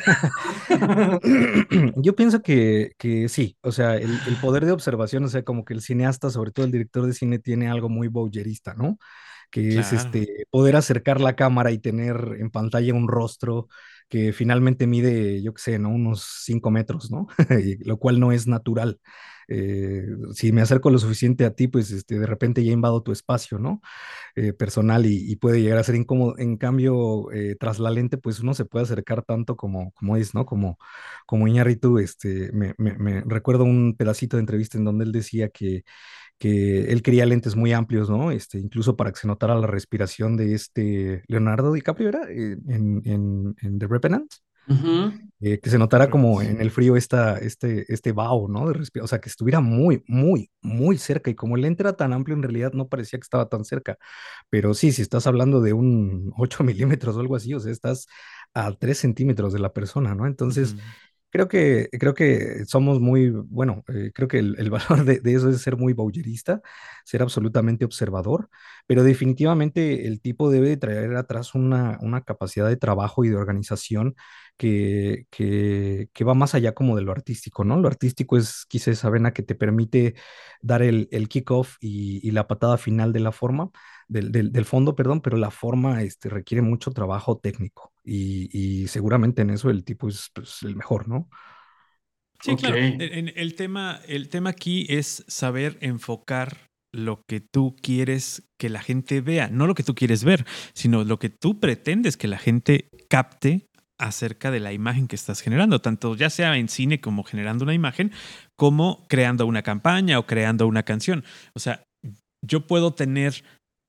yo pienso que sí, o sea, el poder de observación, o sea, como que el cineasta, sobre todo el director de cine, tiene algo muy voyerista, ¿no? Que es Claro. poder acercar la cámara y tener en pantalla un rostro que finalmente mide, yo qué sé, ¿no? Unos 5 metros, ¿no? Lo cual no es natural. Si me acerco lo suficiente a ti, pues de repente ya invado tu espacio, ¿no? Personal y puede llegar a ser incómodo. En cambio, tras la lente, pues uno se puede acercar tanto como es, ¿no? Como Iñárritu, me recuerdo un pedacito de entrevista en donde él decía que él quería lentes muy amplios, ¿no? Incluso para que se notara la respiración de Leonardo DiCaprio, ¿era? En The Revenant. Ujú. Que se notara como Correcto. en el frío este vaho, ¿no? O sea, que estuviera muy, muy, muy cerca. Y como el lente era tan amplio, en realidad no parecía que estaba tan cerca. Pero sí, si estás hablando de un 8 milímetros o algo así, o sea, estás a 3 centímetros de la persona, ¿no? Entonces, Ujú. creo que somos muy, bueno, creo que el valor de eso es ser muy voyerista, ser absolutamente observador, pero definitivamente el tipo debe de traer atrás una capacidad de trabajo y de organización que va más allá como de lo artístico, ¿no? Lo artístico es quizá esa vena que te permite dar el kickoff y la patada final de la forma, del fondo, perdón, pero la forma requiere mucho trabajo técnico y seguramente en eso el tipo es pues, el mejor, ¿no? Sí, Ok. claro. El tema aquí es saber enfocar lo que tú quieres que la gente vea, no lo que tú quieres ver, sino lo que tú pretendes que la gente capte acerca de la imagen que estás generando, tanto ya sea en cine como generando una imagen, como creando una campaña o creando una canción. O sea, yo puedo tener,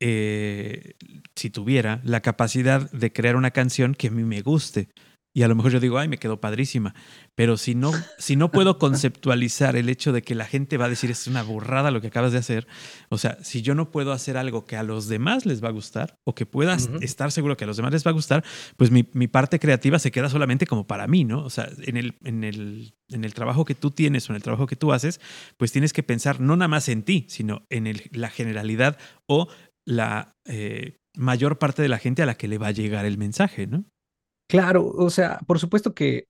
si tuviera la capacidad de crear una canción que a mí me guste. Y a lo mejor yo digo, ay, me quedó padrísima. Pero si no puedo conceptualizar el hecho de que la gente va a decir es una burrada lo que acabas de hacer, o sea, si yo no puedo hacer algo que a los demás les va a gustar o que pueda Ujú. estar seguro que a los demás les va a gustar, pues mi parte creativa se queda solamente como para mí, ¿no? O sea, en el trabajo que tú tienes o en el trabajo que tú haces, pues tienes que pensar no nada más en ti, sino en la generalidad o la mayor parte de la gente a la que le va a llegar el mensaje, ¿no? Claro, o sea, por supuesto que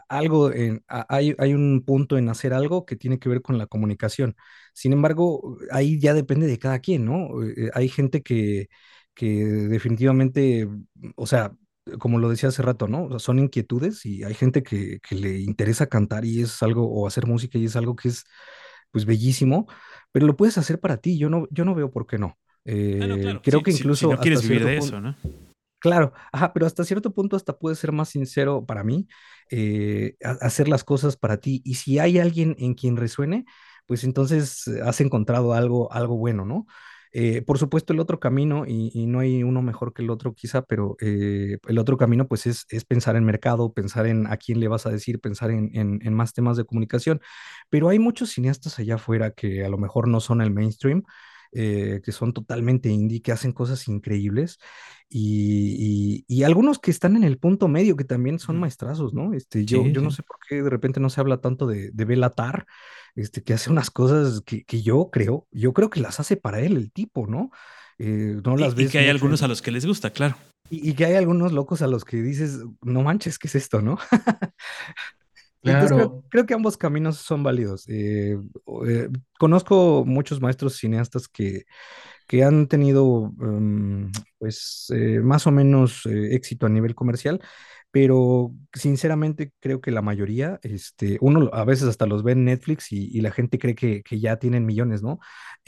hay un punto en hacer algo que tiene que ver con la comunicación. Sin embargo, ahí ya depende de cada quien, ¿no? Hay gente que definitivamente, o sea, como lo decía hace rato, ¿no? O sea, son inquietudes y hay gente que le interesa cantar y es algo, o hacer música y es algo que es, pues, bellísimo, pero lo puedes hacer para ti. Yo no veo por qué no. Ah, no, claro. Creo que Si no incluso hasta quieres vivir cierto de punto. eso, ¿no? Claro, ajá, pero hasta cierto punto hasta puede ser más sincero para mí hacer las cosas para ti. Y si hay alguien en quien resuene, pues entonces has encontrado algo bueno, ¿no? Por supuesto, el otro camino, y no hay uno mejor que el otro quizá, pero el otro camino pues es pensar en mercado, pensar en a quién le vas a decir, pensar en más temas de comunicación. Pero hay muchos cineastas allá afuera que a lo mejor no son el mainstream, que son totalmente indie, que hacen cosas increíbles y algunos que están en el punto medio, que también son Ujú. maestrazos, ¿no? Yo, Sí, yo no sí. sé por qué de repente no se habla tanto de Béla Tarr, que hace unas cosas que yo creo que las hace para él el tipo, ¿no? No las Y que ves hay mucho algunos a los que les gusta, claro. y que hay algunos locos a los que dices, no manches, ¿qué es esto, no? Entonces creo, Claro. creo que ambos caminos son válidos. Conozco muchos maestros cineastas que han tenido pues más o menos éxito a nivel comercial, pero sinceramente creo que la mayoría, uno a veces hasta los ve en Netflix y la gente cree que ya tienen millones, ¿no?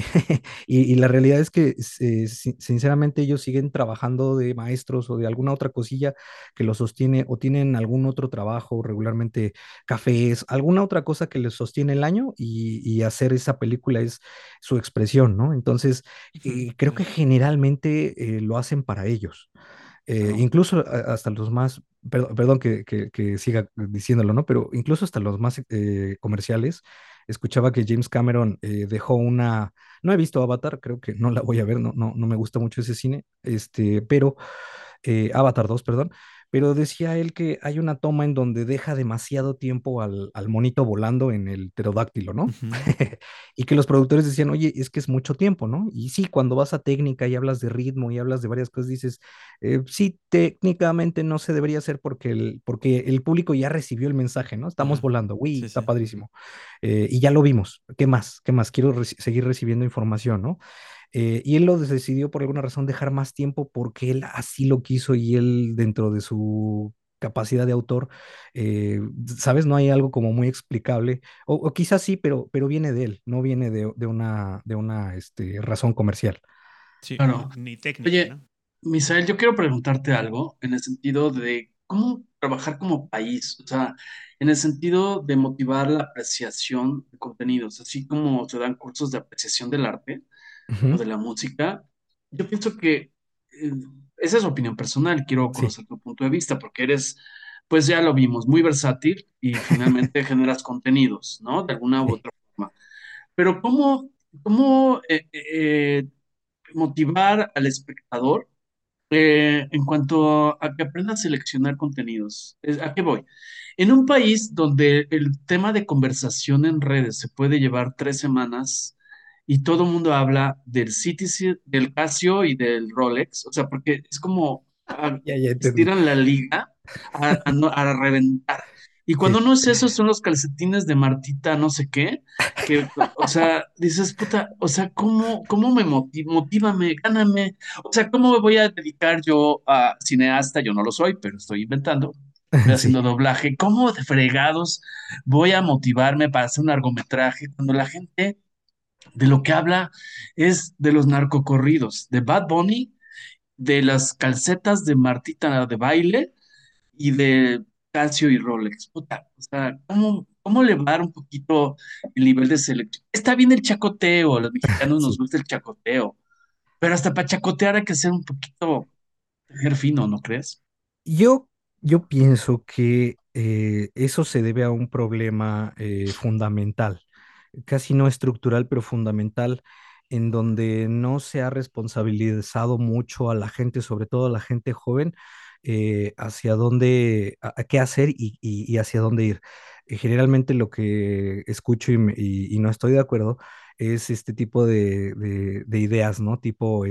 Y la realidad es que sinceramente ellos siguen trabajando de maestros o de alguna otra cosilla que los sostiene o tienen algún otro trabajo, regularmente cafés, alguna otra cosa que les sostiene el año y hacer esa película es su expresión, ¿no? Entonces, Ujú, creo que claro. generalmente lo hacen para ellos. Claro. Incluso hasta los más, perdón, que siga diciéndolo, ¿no? Pero incluso hasta los más comerciales, escuchaba que James Cameron dejó una, no he visto Avatar, creo que no la voy a ver, no me gusta mucho ese cine, pero Avatar 2, perdón, pero decía él que hay una toma en donde deja demasiado tiempo al monito volando en el pterodáctilo, ¿no? Ujú. Y que los productores decían, oye, es que es mucho tiempo, ¿no? Y sí, cuando vas a técnica y hablas de ritmo y hablas de varias cosas, dices, sí, técnicamente no se debería hacer porque el público ya recibió el mensaje, ¿no? Estamos Ajá. volando, uy, Sí, está sí. padrísimo. Y ya lo vimos, ¿qué más? ¿Qué más? Quiero seguir recibiendo información, ¿no? Y él lo decidió por alguna razón dejar más tiempo porque él así lo quiso y él dentro de su capacidad de autor, eh, ¿sabes? No hay algo como muy explicable, o quizás sí, pero viene de él, no viene de una razón comercial. Sí, Claro. ni técnica, Oye, ¿no? Misael, yo quiero preguntarte algo en el sentido de cómo trabajar como país, o sea, en el sentido de motivar la apreciación de contenidos, así como se dan cursos de apreciación del arte o Ujú. de la música. Yo pienso que eh, esa es opinión personal, quiero Sí. conocer tu punto de vista, porque eres, pues ya lo vimos, muy versátil y finalmente generas contenidos, ¿no? De alguna u Sí. otra forma. Pero ¿cómo motivar al espectador en cuanto a que aprenda a seleccionar contenidos? ¿A qué voy? En un país donde el tema de conversación en redes se puede llevar 3 semanas y todo el mundo habla del Citizen, del Casio y del Rolex, o sea, porque es como Ya entendí. estiran la liga a reventar. Y Sí. cuando no es eso, son los calcetines de Martita, no sé qué, que, o sea, dices, puta, o sea, ¿cómo me motívame, gáname? O sea, ¿cómo me voy a dedicar yo a cineasta? Yo no lo soy, pero estoy inventando. Estoy Sí. haciendo doblaje. ¿Cómo de fregados voy a motivarme para hacer un largometraje cuando la gente de lo que habla es de los narcocorridos, de Bad Bunny, de las calcetas de Martita de baile y de Casio y Rolex? Puta, o sea, ¿cómo elevar un poquito el nivel de selección? Está bien el chacoteo, a los mexicanos nos Sí. gusta el chacoteo, pero hasta para chacotear hay que ser un poquito, ser fino, ¿no crees? Yo, yo pienso que eso se debe a un problema fundamental, casi no estructural, pero fundamental, en donde no se ha responsabilizado mucho a la gente, sobre todo a la gente joven, hacia dónde, a qué hacer y hacia dónde ir. Generalmente lo que escucho y no estoy de acuerdo es este tipo de ideas, ¿no? Tipo,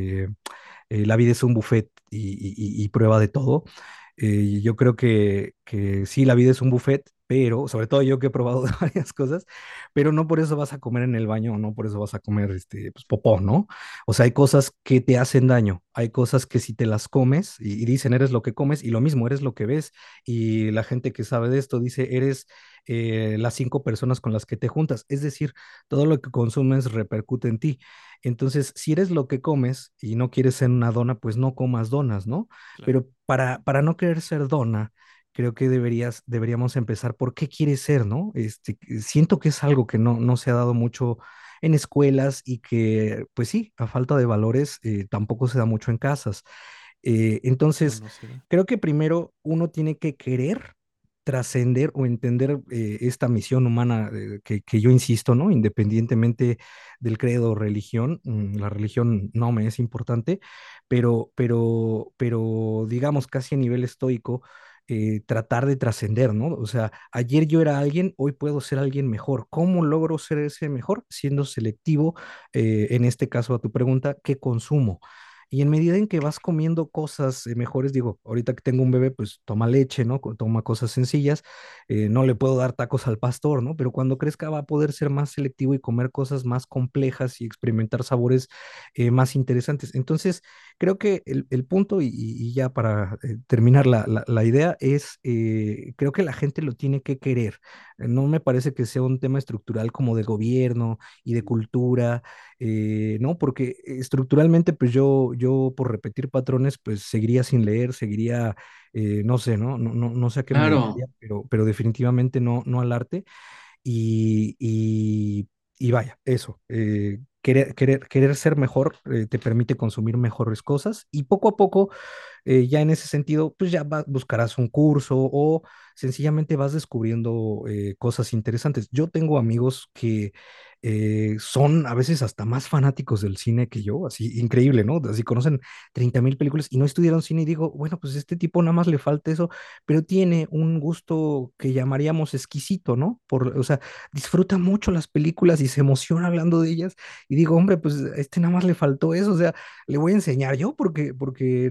la vida es un buffet y prueba de todo. Yo creo que sí, la vida es un buffet, pero sobre todo yo que he probado de varias cosas, pero no por eso vas a comer en el baño, no por eso vas a comer pues, popó, ¿no? O sea, hay cosas que te hacen daño, hay cosas que si te las comes y dicen eres lo que comes y lo mismo, eres lo que ves y la gente que sabe de esto dice eres las 5 personas con las que te juntas, es decir, todo lo que consumes repercute en ti. Entonces, si eres lo que comes y no quieres ser una dona, pues no comas donas, ¿no? Claro. Pero para no querer ser dona, creo que deberíamos empezar por qué quieres ser, ¿no? Siento que es algo que no se ha dado mucho en escuelas y que, pues sí, a falta de valores, tampoco se da mucho en casas. No, Entonces, no se da. creo que primero uno tiene que querer trascender o entender esta misión humana que yo insisto, ¿no? Independientemente del credo o religión, la religión no me es importante, pero digamos casi a nivel estoico, tratar de trascender, ¿no? O sea, ayer yo era alguien, hoy puedo ser alguien mejor. ¿Cómo logro ser ese mejor? Siendo selectivo, en este caso a tu pregunta, ¿qué consumo? Y en medida en que vas comiendo cosas mejores, digo, ahorita que tengo un bebé, pues toma leche, ¿no? Toma cosas sencillas, no le puedo dar tacos al pastor, ¿no? Pero cuando crezca va a poder ser más selectivo y comer cosas más complejas y experimentar sabores más interesantes. Entonces, creo que el punto, y ya para terminar la idea, es, creo que la gente lo tiene que querer. No me parece que sea un tema estructural como de gobierno y de cultura, ¿no? Porque estructuralmente, pues yo por repetir patrones, pues seguiría sin leer, seguiría, no sé, ¿no? No sé a qué me Claro. dedicaría, pero definitivamente no al arte. Y vaya, eso. querer ser mejor te permite consumir mejores cosas y poco a poco ya en ese sentido, pues ya buscarás un curso o sencillamente vas descubriendo cosas interesantes. Yo tengo amigos que son a veces hasta más fanáticos del cine que yo, así increíble, ¿no? Así conocen 30,000 películas y no estudiaron cine y digo, bueno, pues este tipo nada más le falta eso, pero tiene un gusto que llamaríamos exquisito, ¿no? O sea, disfruta mucho las películas y se emociona hablando de ellas y digo, hombre, pues a este nada más le faltó eso, o sea, le voy a enseñar yo porque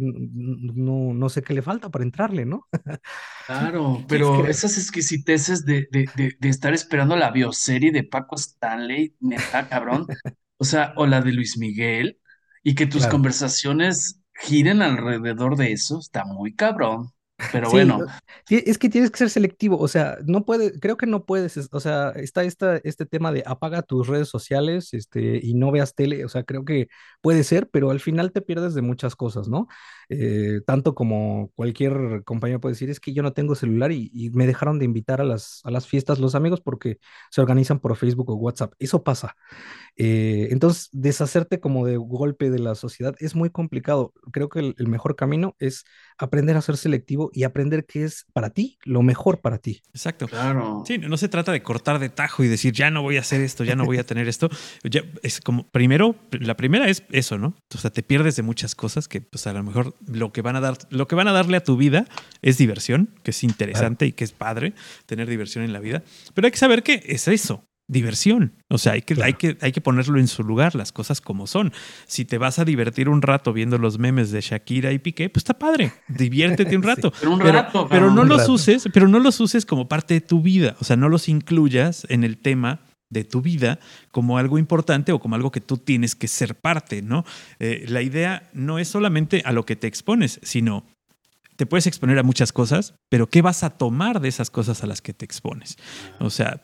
no sé qué le falta para entrarle, ¿no? Claro, Sí, pero Creo. esas exquisiteces de estar esperando la bioserie de Paco Stanley, neta, cabrón, o sea, o la de Luis Miguel, y que tus Claro. conversaciones giren alrededor de eso, está muy cabrón. Pero Sí, bueno, es que tienes que ser selectivo, o sea, no puede, creo que no puedes, o sea, está este tema de apaga tus redes sociales, y no veas tele, o sea, creo que puede ser, pero al final te pierdes de muchas cosas, ¿no? Tanto como cualquier compañero puede decir, es que yo no tengo celular y me dejaron de invitar a las fiestas los amigos porque se organizan por Facebook o WhatsApp, eso pasa. Entonces, deshacerte como de golpe de la sociedad es muy complicado. Creo que el mejor camino es aprender a ser selectivo y aprender qué es para ti lo mejor para ti. exacto. claro. Sí, no se trata de cortar de tajo y decir, ya no voy a hacer esto, ya no voy a tener esto. Ya, es como, primero, la primera es eso, ¿no? O sea, te pierdes de muchas cosas que, pues, a lo mejor lo que van a darle a tu vida es diversión, que es Claro, interesante y que es padre tener diversión en la vida. Pero hay que saber que es eso. Diversión. O sea, claro. hay que ponerlo en su lugar, las cosas como son. Si te vas a divertir un rato viendo los memes de Shakira y Piqué, pues está padre. Diviértete un Sí, rato. Pero un rato, Pero no cabrón. un los rato. uses, pero no los uses como parte de tu vida. O sea, no los incluyas en el tema de tu vida como algo importante o como algo que tú tienes que ser parte, ¿no? La idea no es solamente a lo que te expones, sino te puedes exponer a muchas cosas, pero ¿qué vas a tomar de esas cosas a las que te expones? O sea,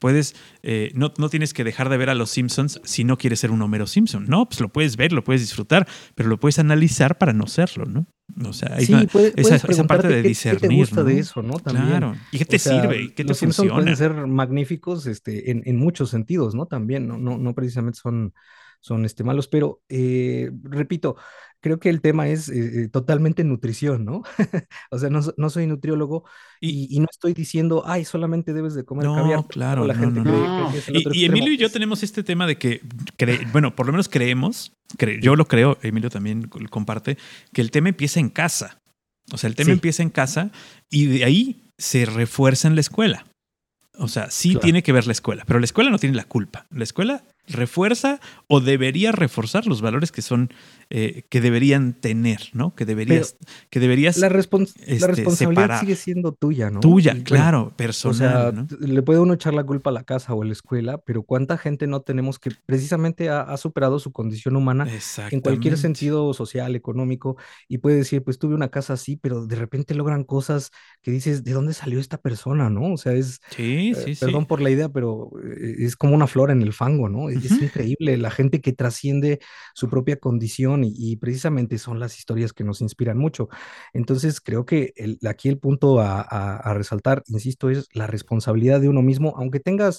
no tienes que dejar de ver a los Simpsons si no quieres ser un Homero Simpson, ¿no? Pues lo puedes ver, lo puedes disfrutar, pero lo puedes analizar para no serlo, ¿no? O sea, Sí, esa, puedes esa parte preguntarte de qué te discernir, gusta de ¿no? eso, ¿no? También. Claro. ¿Y qué O te sea, sirve? ¿Y qué te los Simpsons pueden funciona? ser magníficos, en muchos sentidos, ¿no? También, no precisamente son malos, pero repito, creo que el tema es totalmente nutrición, ¿no? O sea, no soy nutriólogo Y y no estoy diciendo, ay, solamente debes de comer caviar, no, porque luego claro, la no, gente no, no. cree que No. es el otro Y extremo. Emilio y yo tenemos este tema de que, bueno, por lo menos creemos, yo Sí, lo creo, Emilio también comparte, que el tema empieza en casa. O sea, el tema sí, empieza en casa y de ahí se refuerza en la escuela. O sea, sí claro. tiene que ver la escuela, pero la escuela no tiene la culpa. La escuela refuerza o debería reforzar los valores que son, que deberían tener, ¿no? Pero Que deberías la responsabilidad separar. sigue siendo tuya, ¿no? Tuya, Y bueno, claro, o sea, personal, ¿no? le puede uno echar la culpa a la casa o a la escuela, pero ¿cuánta gente no tenemos que precisamente ha superado su condición humana en cualquier Exactamente. sentido social, económico, y puede decir, pues tuve una casa así, pero de repente logran cosas que dices, ¿de dónde salió esta persona, no? O sea, Sí, sí, sí. perdón por la idea, pero es como una flor en el fango, ¿no? Es Ujú. increíble la gente que trasciende su propia condición y precisamente son las historias que nos inspiran mucho. Entonces, creo que aquí el punto a resaltar, insisto, es la responsabilidad de uno mismo, aunque tengas,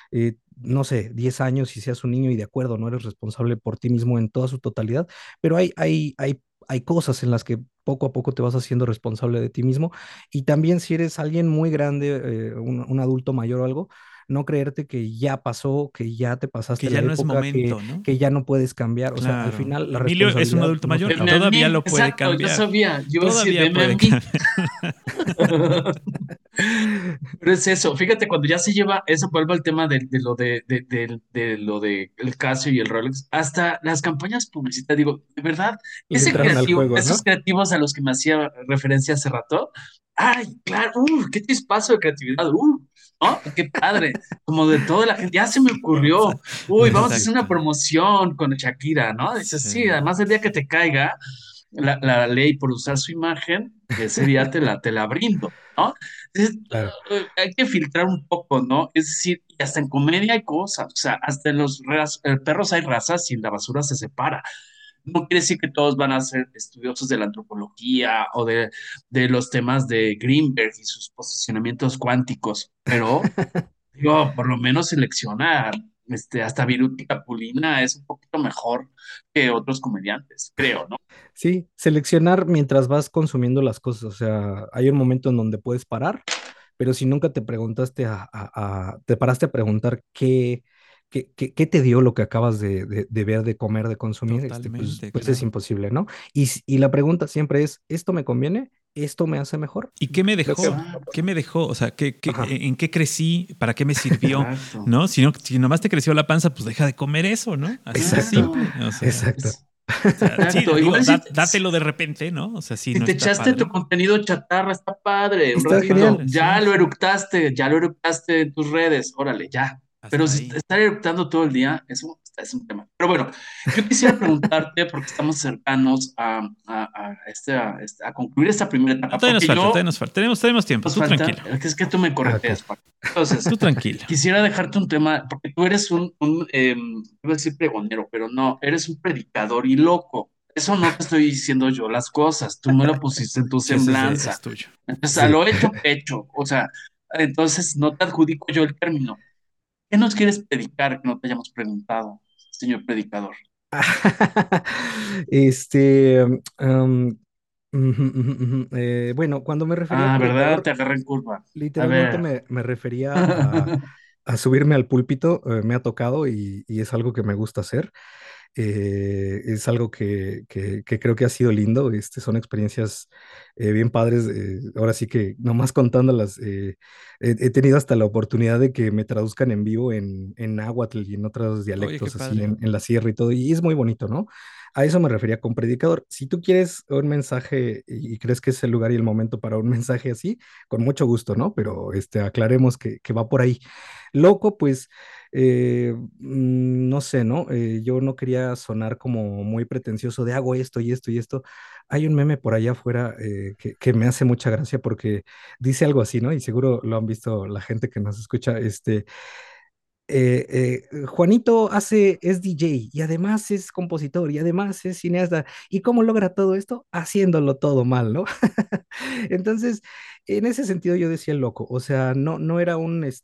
no sé, 10 años y seas un niño y de acuerdo, no eres responsable por ti mismo en toda su totalidad, pero hay cosas en las que poco a poco te vas haciendo responsable de ti mismo y también si eres alguien muy grande, un adulto mayor o algo, no creerte que ya pasó, que ya te Que pasaste ya la no es época, momento, ¿no? que ya no puedes cambiar. O sea, al Claro. final la Emilio es un responsabilidad adulto no se mayor y Venme acaba. a todavía mí, lo puede exacto, yo cambiar. sabía, yo iba a decir, Todavía venme a puede mí. cambiar. Pero es eso, fíjate, cuando ya se lleva, eso vuelve al tema de lo de el Casio y el Rolex, hasta las campañas publicitarias, digo, de verdad, Le ese entraron al creativo, juego, esos ¿no? creativos a los que me hacía referencia hace rato, ay, claro, qué chispazo de creatividad, ¿no? Qué padre, como de toda la gente, ya se me ocurrió, vamos a hacer una Exacto. promoción con Shakira, ¿no? Dices, sí, Sí. además el día que te caiga la ley por usar su imagen, ese día te la brindo, ¿no? Entonces, Claro. hay que filtrar un poco, ¿no? Es decir, y hasta en comedia hay cosas, o sea, hasta en los perros hay razas y la basura se separa. No quiere decir que todos van a ser estudiosos de la antropología o de los temas de Greenberg y sus posicionamientos cuánticos, pero digo, por lo menos seleccionar. hasta Viruti Capulina es un poquito mejor que otros comediantes, creo, ¿no? Sí, seleccionar mientras vas consumiendo las cosas. O sea, hay un momento en donde puedes parar, pero si nunca te preguntaste te paraste a preguntar qué te dio lo que acabas de ver, de comer, de consumir, pues, Totalmente, pues es claro. imposible, ¿no? Y la pregunta siempre es, ¿esto me conviene? ¿Esto me hace mejor? ¿Y qué me Creo que... dejó? Exacto, ¿Qué me dejó? O sea, Ajá, ¿en qué crecí? ¿Para qué me sirvió? exacto, ¿No? Si nomás te creció la panza, pues deja de comer eso, ¿no? Así de exacto, simple. O sea, exacto. sí, exacto. digo, Igual si, dátelo de repente, ¿no? O sea, sí, si no te está echaste tu padre. contenido chatarra, está padre, un Está Está ratito, genial. padre, sí, sí. ya lo eructaste en tus redes, órale, ya. Pero Hasta si ahí. estar eructando todo el día, eso es un tema. Pero bueno, yo quisiera preguntarte, porque estamos cercanos a concluir esta primera No, etapa, todavía nos porque falta, yo todavía nos falta. Tenemos tiempo, nos tú falta, tranquilo. es que tú me Ah, ok. correteas, Paco. Entonces, Tú tranquilo. quisiera dejarte un tema, porque tú eres iba a decir pregonero, pero no, eres un predicador y loco. Eso no te estoy diciendo yo las cosas, tú me lo pusiste en tu Sí, ese es semblanza. tuyo. Entonces, a Sí. lo hecho, pecho. O sea, entonces no te adjudico yo el término. ¿Qué nos quieres predicar que no te hayamos preguntado, señor predicador? Este, ujú, ujú, ujú. Bueno, cuando me refería a Ah, ¿verdad? predicador, Te agarré en curva. A literalmente ver. me refería a subirme al púlpito. Me ha tocado y es algo que me gusta hacer. Es algo que creo que ha sido lindo. Son experiencias bien padres. Ahora sí que nomás contándolas, he tenido hasta la oportunidad de que me traduzcan en vivo en náhuatl y en otros Oye, qué dialectos, así padre. en la sierra y todo. Y es muy bonito, ¿no? A eso me refería con predicador. Si tú quieres un mensaje y crees que es el lugar y el momento para un mensaje así, con mucho gusto, ¿no? Pero aclaremos que va por ahí. Loco, pues no sé, ¿no? Yo no quería sonar como muy pretencioso de hago esto y esto y esto. Hay un meme por allá afuera que me hace mucha gracia porque dice algo así, ¿no? Y seguro lo han visto la gente que nos escucha, Juanito es DJ y además es compositor y además es cineasta. ¿Y cómo logra todo esto? Haciéndolo todo mal, ¿no? Entonces, en ese sentido yo decía el loco, o sea, no era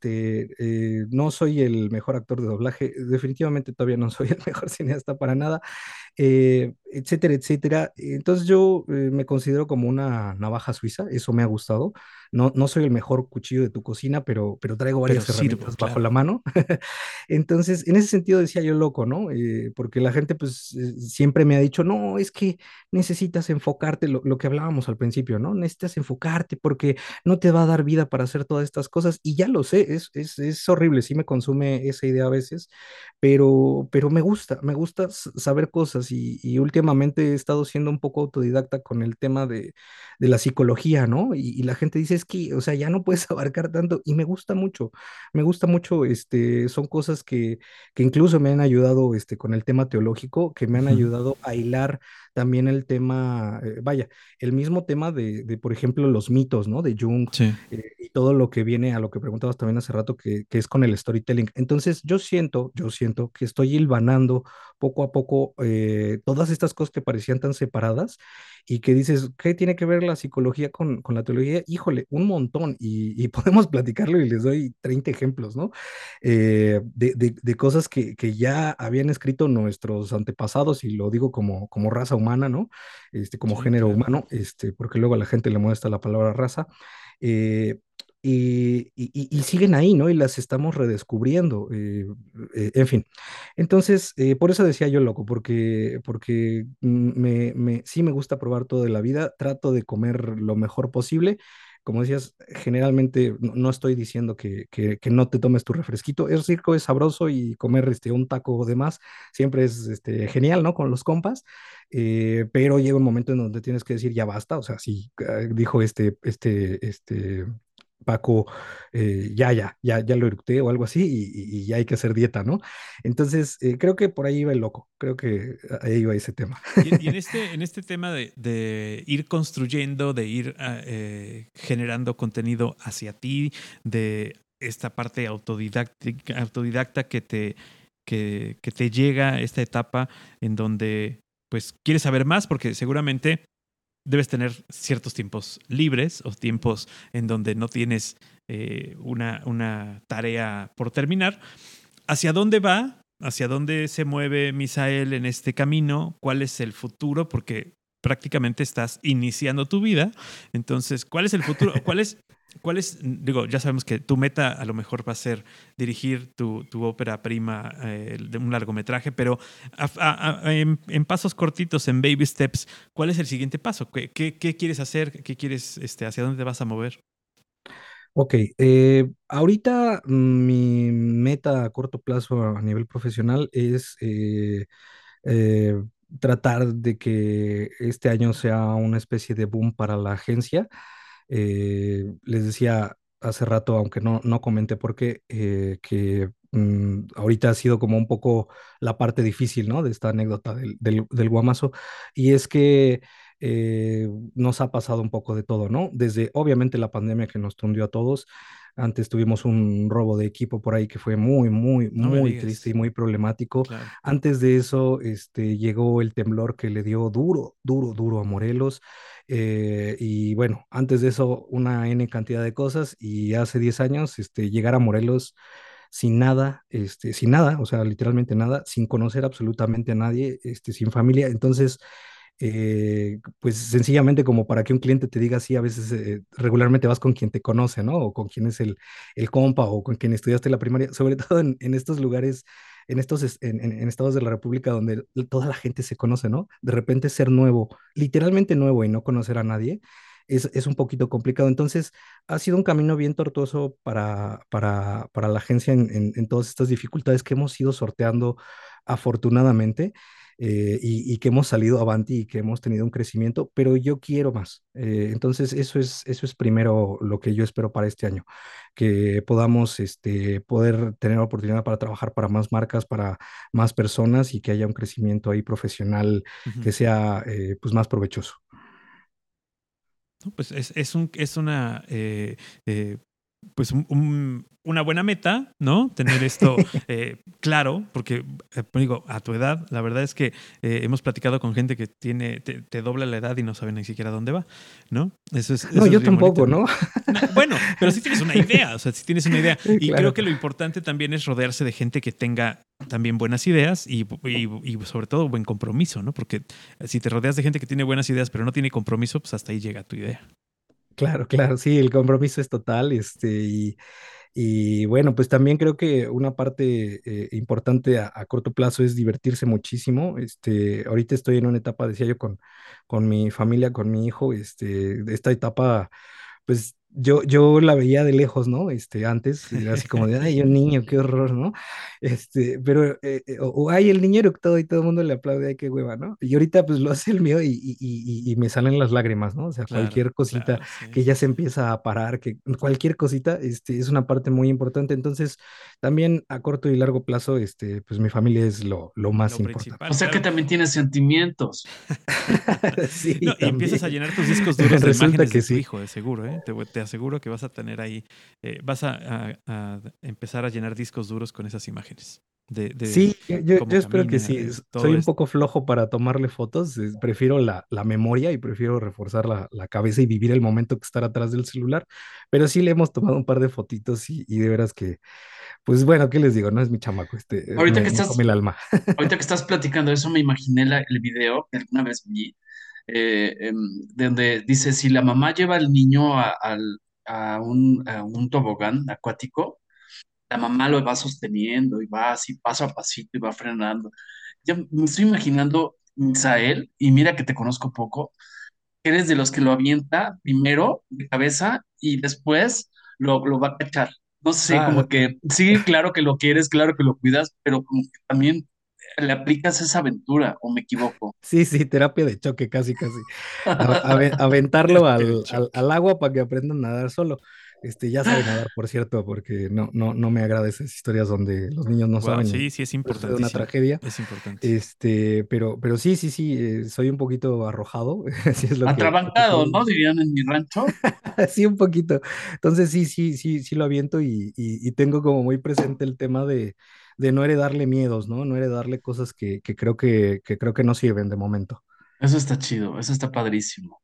no soy el mejor actor de doblaje, definitivamente todavía no soy el mejor cineasta para nada, etcétera, etcétera. Entonces yo me considero como una navaja suiza, eso me ha gustado. No soy el mejor cuchillo de tu cocina, pero traigo Pero varias sirvo, herramientas bajo la claro. mano. Entonces, en ese sentido decía yo loco, ¿no? Porque la gente pues siempre me ha dicho, no, es que necesitas enfocarte, lo que hablábamos al principio, ¿no? Necesitas enfocarte porque no te va a dar vida para hacer todas estas cosas. Y ya lo sé, es horrible, sí me consume esa idea a veces, pero me gusta saber cosas y últimamente he estado siendo un poco autodidacta con el tema de la psicología, ¿no? Y la gente dice, es que, o sea, ya no puedes abarcar tanto y me gusta mucho, son cosas que incluso me han ayudado, con el tema teológico, que me han Ujú. ayudado a hilar también el tema, vaya, el mismo tema por ejemplo, los mitos, ¿no? De Jung Sí. y todo lo que viene a lo que preguntabas también hace rato, que es con el storytelling. Entonces, yo siento que estoy hilvanando poco a poco todas estas cosas que parecían tan separadas y que dices, ¿qué tiene que ver la psicología con la teología? Híjole, un montón y podemos platicarlo y les doy 30 ejemplos, ¿no? De cosas que ya habían escrito nuestros antepasados y lo digo como raza humana, ¿no? Como Sí, género claro. humano, porque luego a la gente le molesta la palabra raza. eh, y siguen ahí, ¿no? Y las estamos redescubriendo, en fin. Entonces, por eso decía yo loco, porque sí me gusta probar todo de la vida, trato de comer lo mejor posible. Como decías, generalmente no estoy diciendo que no te tomes tu refresquito, es rico, es sabroso y comer un taco de más siempre es genial, ¿no? Con los compas, pero llega un momento en donde tienes que decir ya basta, o sea, si dijo Paco, ya lo eructé o algo así y ya hay que hacer dieta, ¿no? Entonces, creo que por ahí iba el loco, creo que ahí iba ese tema. Y en este tema de ir construyendo, de ir generando contenido hacia ti, de esta parte autodidacta que te llega a esta etapa en donde pues quieres saber más porque seguramente debes tener ciertos tiempos libres o tiempos en donde no tienes una tarea por terminar. ¿hacia dónde va? ¿Hacia dónde se mueve Misael en este camino? ¿Cuál es el futuro? Porque prácticamente estás iniciando tu vida. Entonces, ¿cuál es el futuro? Digo, ya sabemos que tu meta a lo mejor va a ser dirigir tu ópera prima de un largometraje, pero en pasos cortitos, en baby steps, ¿cuál es el siguiente paso? ¿Qué quieres hacer? ¿Qué quieres, hacia dónde te vas a mover? Ok, ahorita mi meta a corto plazo a nivel profesional es eh, tratar de que este año sea una especie de boom para la agencia. Les decía hace rato, aunque no comenté por qué, que ahorita ha sido como un poco la parte difícil, ¿no? De esta anécdota del guamazo, y es que nos ha pasado un poco de todo, ¿no? Desde obviamente la pandemia que nos tundió a todos. Antes tuvimos un robo de equipo por ahí que fue muy, muy, No me muy triste y digas. muy problemático. Claro. Antes de eso, llegó el temblor que le dio duro, duro, duro a Morelos. Y bueno, antes de eso, una N cantidad de cosas. Y hace 10 años, llegar a Morelos sin nada, o sea, literalmente nada, sin conocer absolutamente a nadie, sin familia. Entonces, pues sencillamente como para que un cliente te diga así, a veces regularmente vas con quien te conoce, ¿no? O con quien es el compa o con quien estudiaste la primaria, sobre todo en estos lugares, en estados de la República donde toda la gente se conoce, ¿no? De repente ser nuevo, literalmente nuevo y no conocer a nadie. Es un poquito complicado. Entonces, ha sido un camino bien tortuoso para la agencia en todas estas dificultades que hemos ido sorteando afortunadamente, y que hemos salido avanti y que hemos tenido un crecimiento, pero yo quiero más. Entonces, eso es primero lo que yo espero para este año, que podamos poder tener oportunidad para trabajar para más marcas, para más personas y que haya un crecimiento ahí profesional Ujú. que sea pues más provechoso. No, pues es una pues una buena meta, ¿no? Tener esto claro, porque digo, a tu edad, la verdad es que hemos platicado con gente que te dobla la edad y no sabe ni siquiera dónde va, ¿no? No, Eso es yo bien bonito. tampoco, ¿no? Bueno, pero sí tienes una idea, o sea, sí tienes una idea. Y creo Claro. que lo importante también es rodearse de gente que tenga también buenas ideas y sobre todo buen compromiso, ¿no? Porque si te rodeas de gente que tiene buenas ideas pero no tiene compromiso, pues hasta ahí llega tu idea. Claro, claro, sí, el compromiso es total, y bueno, pues también creo que una parte importante a corto plazo es divertirse muchísimo. Ahorita estoy en una etapa, decía yo, con mi familia, con mi hijo, de esta etapa pues yo la veía de lejos, ¿no? Antes, era así como de, ay, un niño, qué horror, ¿no? Pero, o ay, el niño eructó y todo el mundo le aplaude, ay, qué hueva, ¿no? Y ahorita, pues lo hace el mío y me salen las lágrimas, ¿no? O sea, Claro, cualquier cosita claro, sí. que ya se empieza a parar, que cualquier cosita, es una parte muy importante. Entonces, también a corto y largo plazo, pues mi familia es lo más Lo importante. O principal, sea que claro. también tienes sentimientos. Sí, No, y empiezas a también. llenar tus discos duros de Resulta imágenes de que tu sí. hijo, de seguro, ¿eh? Te aseguro que vas a tener ahí, vas a empezar a llenar discos duros con esas imágenes de Sí, yo cómo espero que camina, sí. de Soy todo un esto. poco flojo para tomarle fotos. Prefiero la memoria y prefiero reforzar la cabeza y vivir el momento que estar atrás del celular. Pero sí le hemos tomado un par de fotitos y de veras que, pues bueno, ¿qué les digo? No es mi chamaco, Ahorita que me come estás, el alma. ahorita que estás platicando eso, me imaginé el video que alguna vez vi, de donde dice, si la mamá lleva al niño a un tobogán acuático, la mamá lo va sosteniendo y va así paso a pasito y va frenando. Ya me estoy imaginando, Misael, y mira que te conozco poco, que eres de los que lo avienta primero de cabeza y después lo va a cachar. No sé, Ah, como que sí, claro que lo quieres, claro que lo cuidas, pero como que también le aplicas esa aventura, ¿o me equivoco? sí, sí, terapia de choque, casi, casi. Aventarlo Terapia de al choque. agua para que aprendan a nadar solo. Ya sabe nadar, por cierto, porque no me agrada esas historias donde los niños no Wow, saben y sí, sí, es pues, sucede una importantísimo. tragedia. Es importante. Pero sí, sí, sí, soy un poquito arrojado, así es lo que Atrabancado, puedo ¿no? decir. Dirían en mi rancho. Sí, un poquito. Entonces sí, sí, sí, sí lo aviento y tengo como muy presente el tema de no heredarle miedos, ¿no? No heredarle cosas que creo que no sirven de momento. Eso está chido, eso está padrísimo.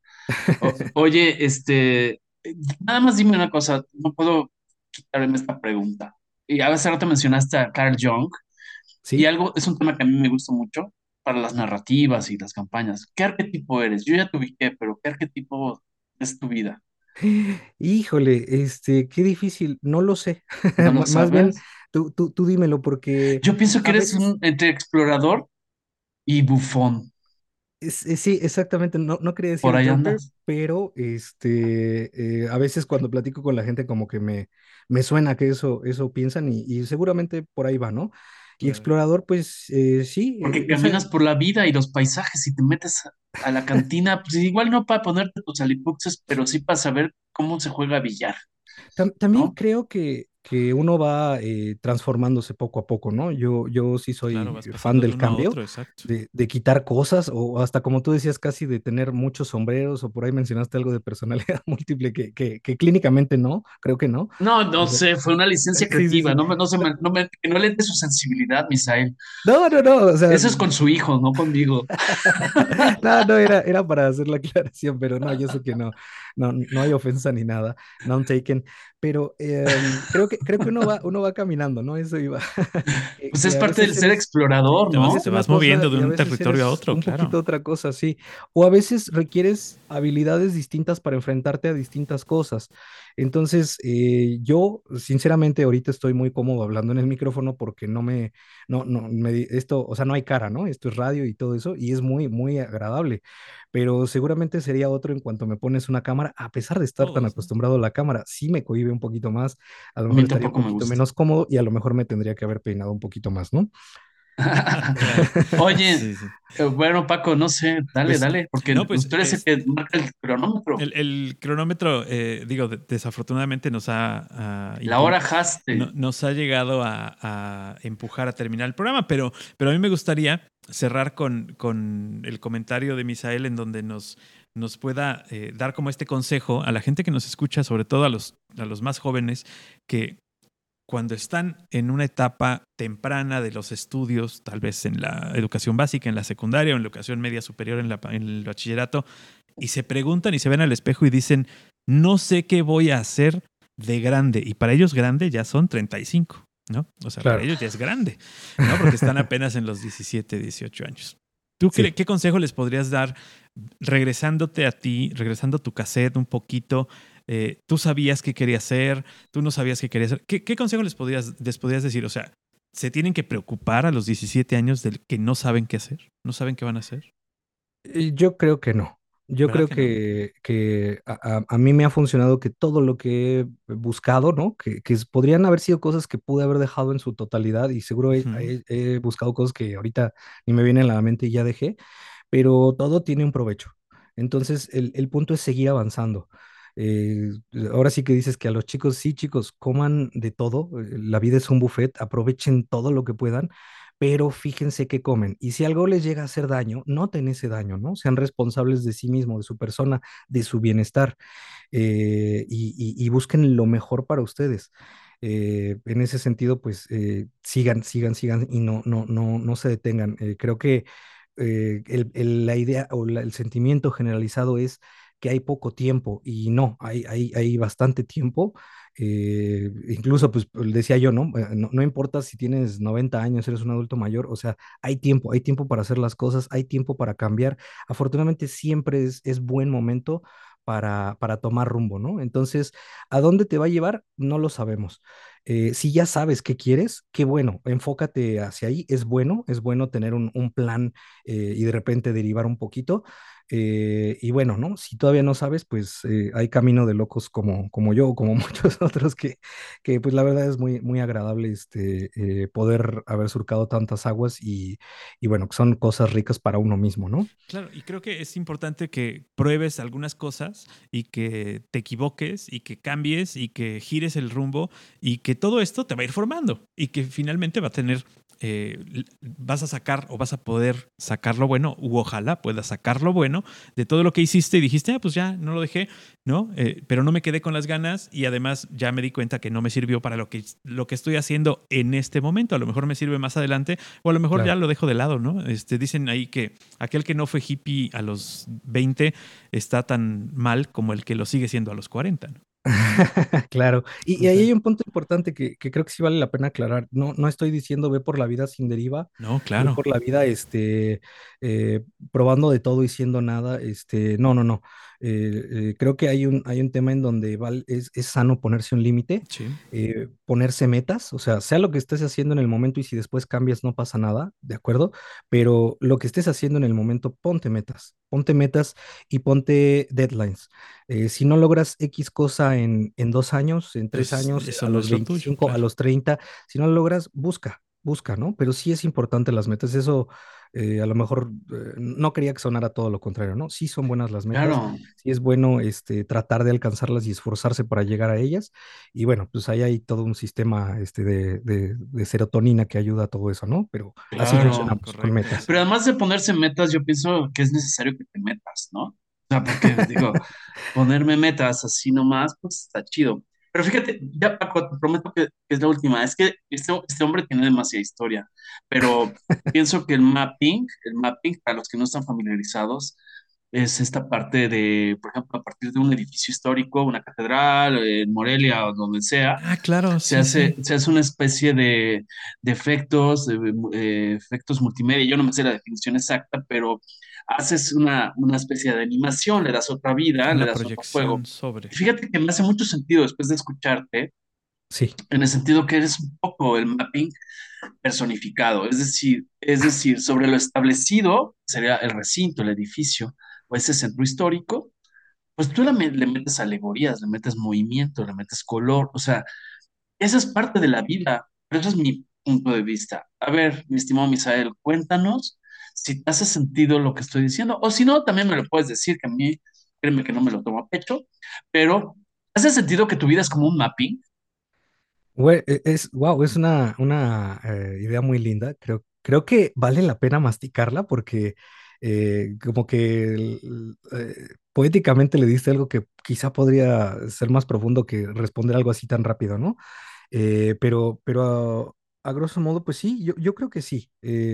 Oye, nada más dime una cosa, no puedo quitarme esta pregunta. y a veces ahora mencionaste a Carl Jung, y Sí. algo, es un tema que a mí me gusta mucho para las narrativas y las campañas. ¿Qué arquetipo eres? Yo ya te ubiqué, pero ¿qué arquetipo es tu vida? Híjole, qué difícil, no lo sé. ¿No lo Más bien, sabes? tú dímelo, porque Yo pienso que a eres veces, un entre explorador y bufón. sí, exactamente, no quería Por decir ahí Joker, andas. pero a veces cuando platico con la gente como que me suena que eso piensan y seguramente por ahí va, ¿no? Y Claro. explorador, pues sí, Porque caminas por la vida y los paisajes y te metes a la cantina, pues igual no para ponerte tus alipuxes, pero sí para saber cómo se juega billar, También ¿no? creo que uno va transformándose poco a poco, ¿no? Yo sí Claro, soy vas fan pasando de del uno a cambio, otro, exacto. de quitar cosas, o hasta como tú decías, casi de tener muchos sombreros, o por ahí mencionaste algo de personalidad múltiple, que clínicamente no, creo que no. No, O no sea, sé, fue una licencia sí, sí, creativa, sí. que no le dé su sensibilidad, Misael. No, no, no, o sea, Eso es con su hijo, no conmigo. no, era para hacer la aclaración, pero no, yo sé que no hay ofensa ni nada, no taken, pero creo que uno va caminando, ¿no? Eso iba, Pues es que a parte del veces ser Sí, explorador, ¿no? eres te una vas cosa moviendo de y a un veces territorio a eres otro, un claro. poquito otra cosa, sí. O a veces requieres habilidades distintas para enfrentarte a distintas cosas. Entonces, yo sinceramente ahorita estoy muy cómodo hablando en el micrófono porque esto, o sea, no hay cara, ¿no? Esto es radio y todo eso y es muy, muy agradable. Pero seguramente sería otro en cuanto me pones una cámara, a pesar de estar tan Todos, ¿no? acostumbrado a la cámara, sí me cohíbe un poquito más, a lo A mejor mí estaría un tampoco me poquito gusta. menos cómodo y a lo mejor me tendría que haber peinado un poquito más, ¿no? Claro. Oye, Sí, sí. bueno, Paco, no sé, dale, Pues, dale, porque no, pues tú eres el que marca el cronómetro. el cronómetro, digo, desafortunadamente La hora haste. nos ha llegado a empujar a terminar el programa, pero a mí me gustaría cerrar con el comentario de Misael en donde nos pueda dar como este consejo a la gente que nos escucha, sobre todo a los más jóvenes, que cuando están en una etapa temprana de los estudios, tal vez en la educación básica, en la secundaria o en la educación media superior, en el bachillerato, y se preguntan y se ven al espejo y dicen, no sé qué voy a hacer de grande. Y para ellos grande ya son 35, ¿no? O sea, para Claro. ellos ya es grande, ¿no? Porque están apenas en los 17, 18 años. ¿Tú Sí. qué consejo les podrías dar regresándote a ti, regresando a tu cassette un poquito? Tú sabías qué querías hacer, tú no sabías qué querías hacer. ¿Qué consejo les podrías decir? O sea, ¿se tienen que preocupar a los 17 años del que no saben qué hacer? ¿No saben qué van a hacer? Yo creo que no. Yo ¿Verdad creo que no? que a mí me ha funcionado que todo lo que he buscado, ¿no? Podrían haber sido cosas que pude haber dejado en su totalidad y seguro Ujú. he buscado cosas que ahorita ni me vienen a la mente y ya dejé, pero todo tiene un provecho. Entonces, el punto es seguir avanzando. Eh, Ahora sí que dices que a los chicos, sí, chicos, coman de todo. La vida es un buffet, aprovechen todo lo que puedan, pero fíjense qué comen. Y si algo les llega a hacer daño, noten ese daño, ¿no? Sean responsables de sí mismos, de su persona, de su bienestar, y busquen lo mejor para ustedes. En ese sentido, pues sigan y no se detengan. Creo que la idea o el sentimiento generalizado es que hay poco tiempo y no, hay bastante tiempo. Incluso, pues decía yo, ¿no? No importa si tienes 90 años, eres un adulto mayor, o sea, hay tiempo para hacer las cosas, hay tiempo para cambiar. Afortunadamente siempre es buen momento para tomar rumbo, ¿no? Entonces, ¿a dónde te va a llevar? No lo sabemos. Si ya sabes qué quieres, qué bueno, enfócate hacia ahí, es bueno tener un plan y de repente derivar un poquito. Y bueno, ¿no? Si todavía no sabes, pues hay camino de locos como yo o como muchos otros que pues la verdad es muy, muy agradable poder haber surcado tantas aguas y bueno, que son cosas ricas para uno mismo, ¿no? Claro, y creo que es importante que pruebes algunas cosas y que te equivoques y que cambies y que gires el rumbo y que todo esto te va a ir formando y que finalmente va a tener, vas a sacar o vas a poder sacar lo bueno u ojalá puedas sacar lo bueno de todo lo que hiciste y dijiste, ah, pues ya no lo dejé, ¿no? Pero no me quedé con las ganas y además ya me di cuenta que no me sirvió para lo que estoy haciendo en este momento. A lo mejor me sirve más adelante o a lo mejor ya Claro. lo dejo de lado, ¿no? Dicen ahí que aquel que no fue hippie a los 20 está tan mal como el que lo sigue siendo a los 40, ¿no? Claro, y ahí hay Exacto. un punto importante que creo que sí vale la pena aclarar. No estoy diciendo ve por la vida sin deriva, No, ve claro. por la vida eh, probando de todo y siendo nada. No. Creo que hay un tema en donde es sano ponerse un límite, Sí. ponerse metas, o sea, sea lo que estés haciendo en el momento y si después cambias no pasa nada, ¿de acuerdo? Pero lo que estés haciendo en el momento, ponte metas y ponte deadlines. Si no logras X cosa en 2 años, en tres Es, años, eso a no los es lo tuyo, 25, a claro. los 30, si no lo logras, busca, ¿no? Pero sí es importante las metas. Eso a lo mejor no quería que sonara todo lo contrario, ¿no? Sí son buenas las metas, Claro, sí es bueno tratar de alcanzarlas y esforzarse para llegar a ellas. Y bueno, pues ahí hay todo un sistema de serotonina que ayuda a todo eso, ¿no? Pero así claro. funcionamos con Correcto, metas. Pero sí. además de ponerse metas, yo pienso que es necesario que te metas, ¿no? O sea, porque digo, ponerme metas así nomás, pues está chido. Pero fíjate, ya Paco, te prometo que es la última. Es que este hombre tiene demasiada historia, pero pienso que el mapping, para los que no están familiarizados, es esta parte de, por ejemplo, a partir de un edificio histórico, una catedral, en Morelia o donde sea, Ah, claro, se sí, hace, sí. se hace una especie de efectos, efectos multimedia. Yo no me sé la definición exacta, pero haces una especie de animación, le das otra vida, le Una das otro juego. proyección sobre. Y fíjate que me hace mucho sentido después de escucharte, Sí. en el sentido que eres un poco el mapping personificado, es decir, sobre lo establecido, sería el recinto, el edificio o ese centro histórico, pues tú le metes alegorías, le metes movimiento, le metes color, o sea, esa es parte de la vida, pero eso es mi punto de vista. A ver, mi estimado Misael, cuéntanos si te hace sentido lo que estoy diciendo, o si no, también me lo puedes decir, que a mí, créeme que no me lo tomo a pecho, pero ¿hace sentido que tu vida es como un mapping? Wow, es una idea muy linda. Creo que vale la pena masticarla porque como que poéticamente le diste algo que quizá podría ser más profundo que responder algo así tan rápido, ¿no? Pero a grosso modo, pues sí, yo creo que sí.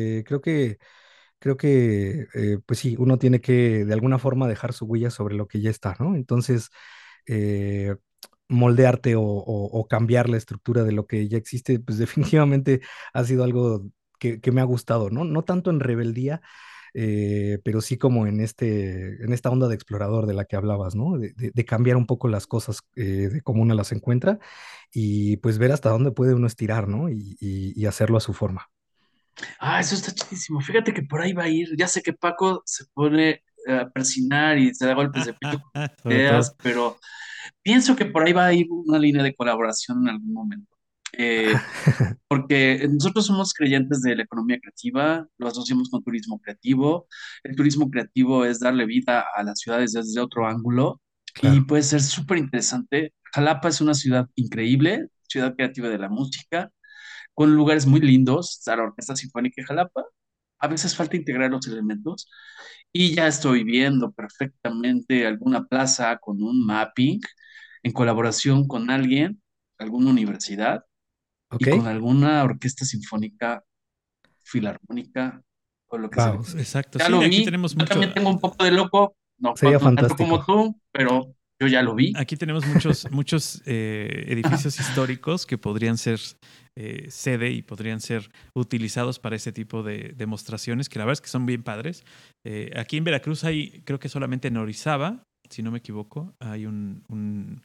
Creo que pues sí, uno tiene que de alguna forma dejar su huella sobre lo que ya está, ¿no? Entonces, eh, moldearte o cambiar la estructura de lo que ya existe, pues definitivamente ha sido algo que me ha gustado, ¿no? No tanto en rebeldía, pero sí como en esta onda de explorador de la que hablabas, ¿no? De cambiar un poco las cosas de cómo uno las encuentra y pues ver hasta dónde puede uno estirar, ¿no? Y hacerlo a su forma. Ah, eso está chidísimo. Fíjate que por ahí va a ir. Ya sé que Paco se pone a persinar y se da golpes de pecho con Sobre todo. ideas, pero pienso que por ahí va a ir una línea de colaboración en algún momento. Eh, Porque nosotros somos creyentes de la economía creativa, lo asociamos con turismo creativo. El turismo creativo es darle vida a las ciudades desde otro ángulo y Claro. puede ser súper interesante. Jalapa es una ciudad increíble, ciudad creativa de la música, con lugares muy lindos. Está la Orquesta Sinfónica de Jalapa. A veces falta integrar los elementos y ya estoy viendo perfectamente alguna plaza con un mapping en colaboración con alguien, alguna universidad ¿Ok? y con alguna orquesta sinfónica, filarmónica o lo que se Wow, necesite. Exacto. Ya Sí, lo de aquí vi, tenemos yo mucho. también tengo un poco de loco, no, sería no tanto fantástico. como tú, pero yo ya lo vi. Aquí tenemos muchos edificios históricos que podrían ser sede y podrían ser utilizados para ese tipo de demostraciones, que la verdad es que son bien padres. Aquí en Veracruz hay, creo que solamente en Orizaba, si no me equivoco, hay un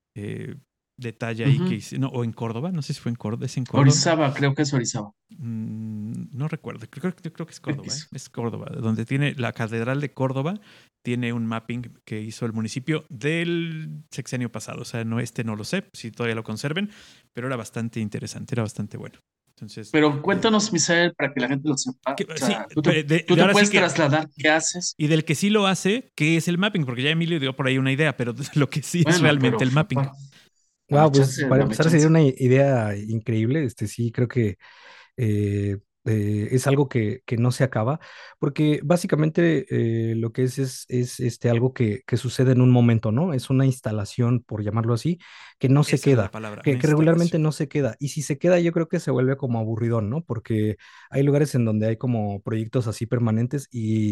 detalle ahí que Ujú. hice, no, o en Córdoba, no sé si fue en Córdoba, es en Córdoba. Orizaba, creo que es Orizaba. No recuerdo, creo que es Córdoba, ¿eh? X. Es Córdoba, donde tiene la Catedral de Córdoba, tiene un mapping que hizo el municipio del sexenio pasado. O sea, no lo sé si todavía lo conserven, pero era bastante interesante, era bastante bueno. Entonces, Pero cuéntanos, Misael, para que la gente lo sepa. O sí, sea, tú te ahora sí puedes que, trasladar, ¿qué haces? y del que sí lo hace, ¿qué es el mapping? Porque ya Emilio dio por ahí una idea, pero lo que sí es Bueno, pero realmente el mapping. dame Wow, pues chance, para dame empezar sería chance. una idea increíble. Sí, creo que es algo que no se acaba, porque básicamente lo que es algo que sucede en un momento, ¿no? Es una instalación, por llamarlo así, que no se Esa es la queda, palabra, una que regularmente instalación. no se queda. Y si se queda, yo creo que se vuelve como aburridón, ¿no? Porque hay lugares en donde hay como proyectos así permanentes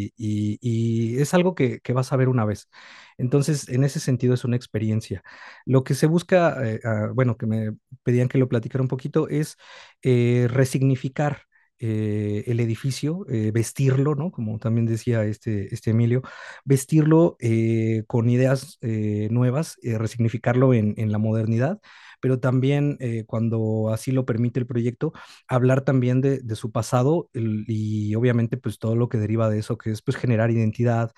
y es algo que vas a ver una vez. Entonces, en ese sentido es una experiencia. Lo que se busca, bueno, que me pedían que lo platicara un poquito, es resignificar el edificio, vestirlo, ¿no? Como también decía este Emilio, vestirlo con ideas nuevas, resignificarlo en la modernidad, pero también cuando así lo permite el proyecto, hablar también de su pasado y obviamente pues todo lo que deriva de eso, que es pues generar identidad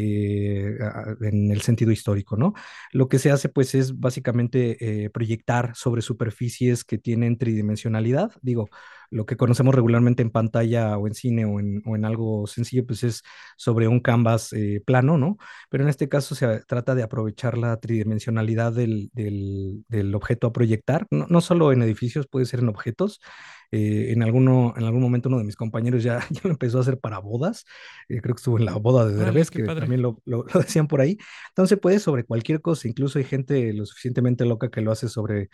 en el sentido histórico, ¿no? Lo que se hace pues es básicamente proyectar sobre superficies que tienen tridimensionalidad. Digo, lo que conocemos regularmente en pantalla o en cine o en algo sencillo pues es sobre un canvas plano, ¿no? Pero en este caso se trata de aprovechar la tridimensionalidad del objeto a proyectar, no solo en edificios, puede ser en objetos. En algún momento uno de mis compañeros ya, ya lo empezó a hacer para bodas. Creo que estuvo en la boda de Órale, Derbez, qué que padre. también lo decían por ahí. Entonces puede sobre cualquier cosa, incluso hay gente lo suficientemente loca que lo hace sobre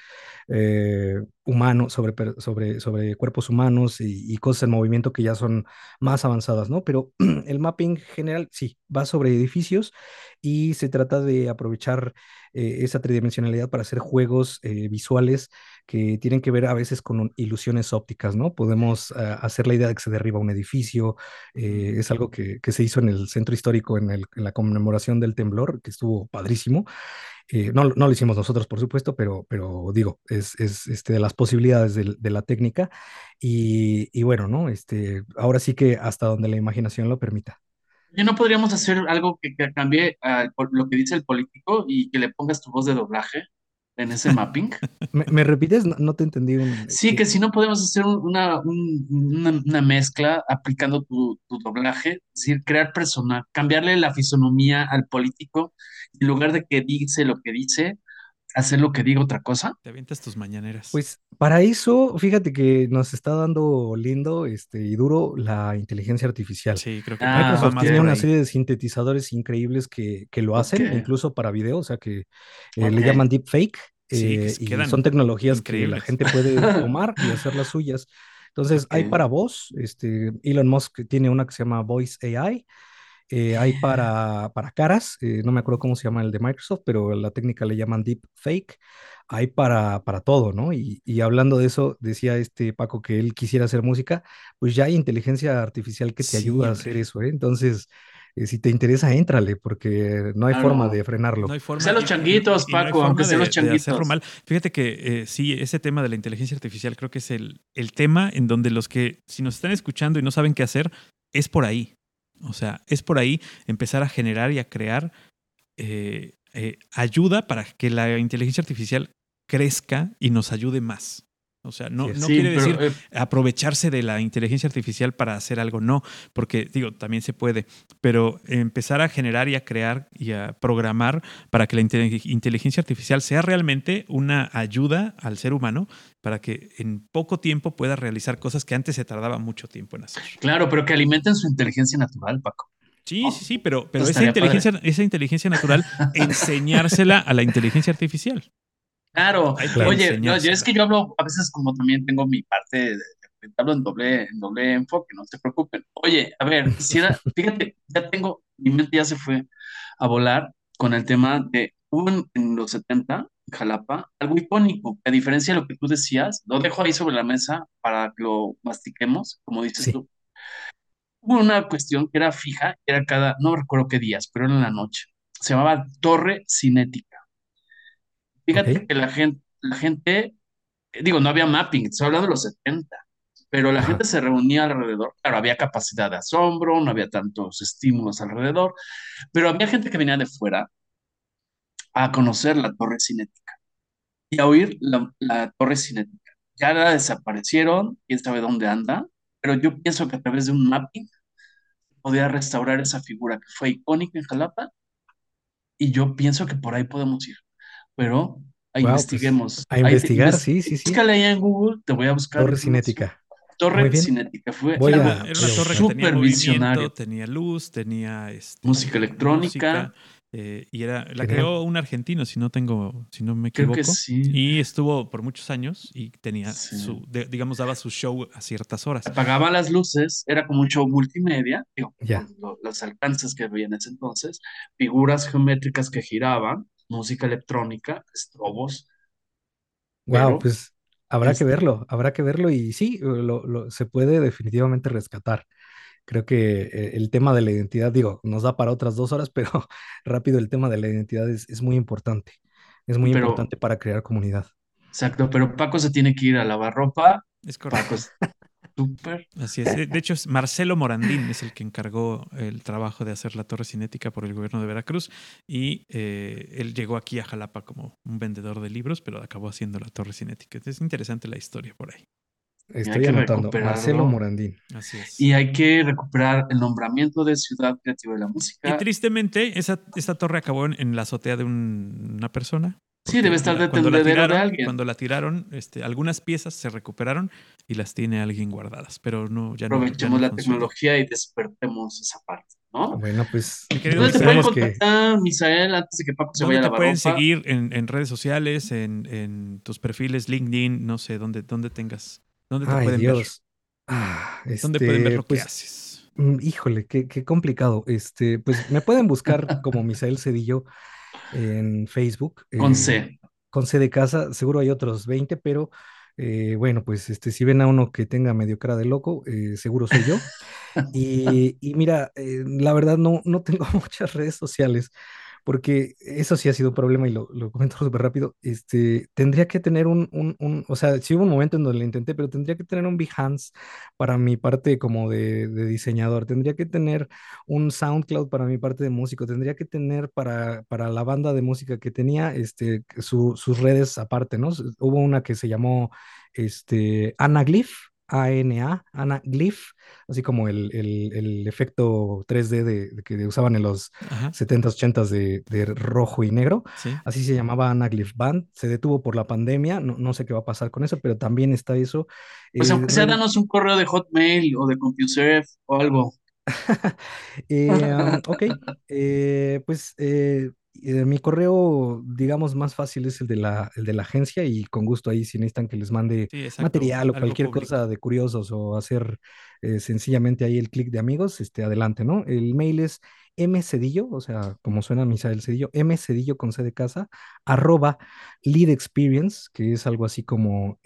humanos, sobre cuerpos humanos y cosas en movimiento que ya son más avanzadas, ¿no? Pero el mapping general sí, va sobre edificios y se trata de aprovechar esa tridimensionalidad para hacer juegos visuales que tienen que ver a veces con ilusiones ópticas, ¿no? Podemos hacer la idea de que se derriba un edificio, es algo que se hizo en el centro histórico en la conmemoración del temblor, que estuvo padrísimo. No lo hicimos nosotros, por supuesto, pero digo, es de las posibilidades de la técnica y bueno, ¿no? Ahora sí que hasta donde la imaginación lo permita. ¿Ya no podríamos hacer algo que cambie lo que dice el político y que le pongas tu voz de doblaje en ese mapping? ¿Me repites? No te entendí Sí, que si no podemos hacer una mezcla aplicando tu doblaje, es decir, crear persona, cambiarle la fisonomía al político, en lugar de que dice lo que dice, hacer lo que diga otra cosa. Te avientas tus mañaneras. Pues para eso, fíjate que nos está dando lindo y duro la inteligencia artificial. Sí, creo que Ah, va Microsoft ok, más tiene por una ahí. serie de sintetizadores increíbles que lo ok, hacen, incluso para video, o sea que le llaman ok, deepfake, Sí, que se y son quedan tecnologías que la increíbles. gente puede tomar y hacer las suyas. Entonces, ok. hay para voz, Elon Musk tiene una que se llama Voice AI, hay para caras, no me acuerdo cómo se llama el de Microsoft, pero la técnica le llaman Deep Fake. Hay para todo, ¿no? Y hablando de eso, decía este Paco que él quisiera hacer música, pues ya hay inteligencia artificial que te Sí, ayuda a hombre. hacer eso, ¿eh? Entonces, si te interesa, éntrale, porque no hay forma Claro. de No frenarlo. hay Que sean forma los changuitos, y no hay Paco, aunque forma sean los de hacerlo changuitos. mal. Fíjate que sí, ese tema de la inteligencia artificial creo que es el tema en donde los que, si nos están escuchando y no saben qué hacer, es por ahí. O sea, es por ahí empezar a generar y a crear ayuda para que la inteligencia artificial crezca y nos ayude más. O sea, Así no es. Sí, quiere decir pero aprovecharse de la inteligencia artificial para hacer algo, no, porque digo, también se puede, pero empezar a generar y a crear y a programar para que la inteligencia artificial sea realmente una ayuda al ser humano para que en poco tiempo pueda realizar cosas que antes se tardaba mucho tiempo en hacer. claro, pero que alimenten su inteligencia natural, Paco. Sí, sí, ¿No? sí, Eso pero estaría padre. esa inteligencia natural, enseñársela a la inteligencia artificial. Claro. Hay que Claro. Oye, no, yo es enseñársela. que yo hablo a veces como también tengo mi parte hablo en doble enfoque, no se preocupen. Oye, a ver, quisiera, fíjate, ya tengo, mi mente ya se fue a volar con el tema de hubo en los 70 en Jalapa, algo icónico, que a diferencia de lo que tú decías, lo dejo ahí sobre la mesa para que lo mastiquemos, como dices Sí, tú. Hubo una cuestión que era fija, que era cada, no recuerdo qué días, pero era en la noche. Se llamaba Torre Cinética. ok. Fíjate que la gente, digo, no había mapping, estoy hablando de los 70, pero la Ajá. gente se reunía alrededor. Claro, había capacidad de asombro, no había tantos estímulos alrededor, pero había gente que venía de fuera a conocer la Torre Cinética y a oír la Torre Cinética. Ya la desaparecieron, quién sabe dónde anda, pero yo pienso que a través de un mapping podía restaurar esa figura que fue icónica en Jalapa y yo pienso que por ahí podemos ir, pero Wow, pues investiguemos. a investigar, sí, sí, sí. Búscale ahí en Google, te voy a buscar Torre información. cinética. Muy Torre bien, Cinética fue voy algo Era voy una a torre que buscarlo. tenía súper movimiento, visionario. tenía luz, tenía Música música, electrónica, y la Genial. creó un argentino, si no me creo que equivoco, sí. y estuvo por muchos años y tenía Sí. digamos, daba su show a ciertas horas. Apagaba las luces, era como un show multimedia, digo, Ya. los alcances que había en ese entonces, figuras geométricas que giraban, música electrónica, estrobos, Wow, pero pues este, habrá que verlo y sí, se puede definitivamente rescatar. Creo que el tema de la identidad, digo, nos da para otras 2 horas, pero rápido el tema de la identidad es muy importante. Es muy pero, importante para crear comunidad. exacto, pero Paco se tiene que ir a lavar ropa, Es Paco correcto. es súper, Así es. De hecho, Marcelo Morandín es el que encargó el trabajo de hacer la torre cinética por el gobierno de Veracruz y él llegó aquí a Jalapa como un vendedor de libros, pero acabó haciendo la torre cinética. Es interesante la historia por ahí. y hay Estoy que anotando, Marcelo recuperarlo, Morandín. Así es. y hay que recuperar el nombramiento de Ciudad Creativa de la Y Música. tristemente, esta torre acabó en la azotea de una persona, Sí, debe porque estar de cuando la tendedero de tiraron, alguien. algunas piezas se recuperaron y las tiene alguien guardadas, pero no, ya Aprovechemos no la funciona. tecnología y despertemos esa parte, ¿no? Bueno, pues Mi querido ¿Dónde te pueden Misael, esperemos que contactar, Misael, antes de que Paco se ¿dónde vaya a te lavar pueden ropa? seguir en redes sociales, en tus perfiles, LinkedIn, no sé, dónde te ay pueden ver? Dios. ¿Dónde pueden ver lo que Pues, haces? híjole, qué complicado. Pues me pueden buscar como Misael Cedillo en Facebook, Con C. con C de casa, seguro hay otros 20, pero bueno, pues si ven a uno que tenga medio cara de loco, seguro soy yo. Y mira, la verdad no tengo muchas redes sociales, porque eso sí ha sido un problema y lo comento súper rápido. Tendría que tener o sea, sí hubo un momento en donde lo intenté, pero tendría que tener un Behance para mi parte como de diseñador, tendría que tener un SoundCloud para mi parte de músico, tendría que tener para la banda de música que tenía, sus redes aparte, ¿no? Hubo una que se llamó, Anaglyph. Anaglyph, así como el efecto 3D de que usaban en los Ajá, 70s, 80s de rojo y negro. sí. Así se llamaba Anaglyph Band. Se detuvo por la pandemia. No sé qué va a pasar con eso, pero también está eso. Pues aunque sea, Redes. danos un correo de Hotmail o de CompuServe o algo. Ok, pues mi correo, digamos, más fácil es el de la agencia y con gusto ahí si necesitan que les mande Sí, exacto, material o algo cualquier público. cosa de curiosos o hacer sencillamente ahí el clic de amigos, adelante, ¿no? El mail es mcedillo, o sea, como suena Misael Cedillo, mcedillo con c de casa, @ lead experience, que es algo así como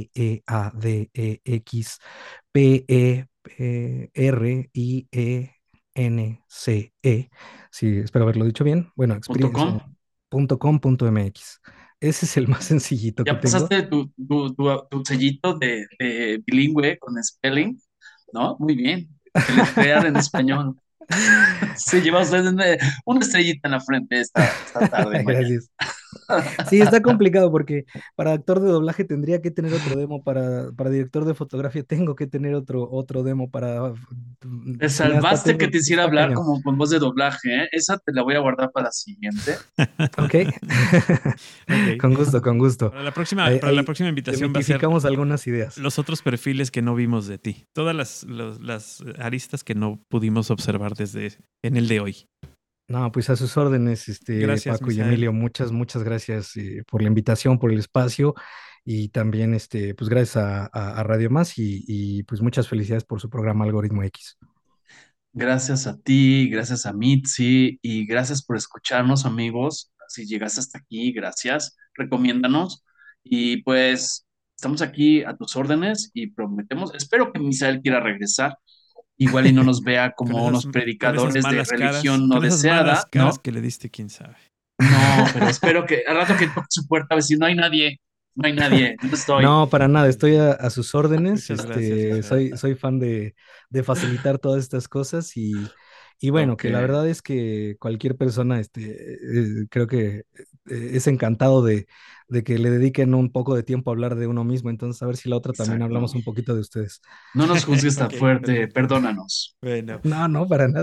LEADEXPERIENCE. Sí, espero haberlo dicho bien. Bueno, Punto experience com. en .com.mx. Ese es el más sencillito que Ya tengo. pasaste tu sellito de bilingüe con spelling, ¿no? Muy bien. Deletrear en español. Se lleva usted una estrellita en la frente esta tarde, mañana. Gracias. Sí, está complicado porque para actor de doblaje tendría que tener otro demo, para director de fotografía tengo que tener otro demo, para Te cineasta salvaste que tengo, te hiciera está hablar cañón. como con voz de doblaje, ¿eh? Esa te la voy a guardar para la siguiente. Ok, Ok. con gusto, con gusto. Para la Ahí próxima invitación va a ser demitificamos algunas ideas. los otros perfiles que no vimos de ti. Todas las aristas que no pudimos observar desde en el de hoy. No, pues a sus órdenes, Gracias, Paco y Misael. Emilio, muchas gracias por la invitación, por el espacio y también, pues gracias a Radio Más y pues muchas felicidades por su programa Algoritmo X. Gracias a ti, gracias a Mitzi y gracias por escucharnos, amigos. Si llegaste hasta aquí, gracias. Recomiéndanos y pues estamos aquí a tus órdenes y prometemos, espero que Misael quiera regresar, igual y no nos vea Con como esas, unos con esas predicadores de malas caras, religión no con esas malas deseada, caras ¿no? que le diste, quién sabe. No, pero espero que al rato que toque su puerta va a decir, no hay nadie, no hay nadie, no estoy. No, para nada, estoy a sus órdenes, Muchas gracias, Misael. soy fan de facilitar todas estas cosas y bueno, Ok, que la verdad es que cualquier persona, creo que es encantado de que le dediquen un poco de tiempo a hablar de uno mismo, entonces a ver si la otra también exacto. hablamos un poquito de ustedes. No nos juzgues tan Ok, fuerte, perfecto. perdónanos. Bueno, No, para nada.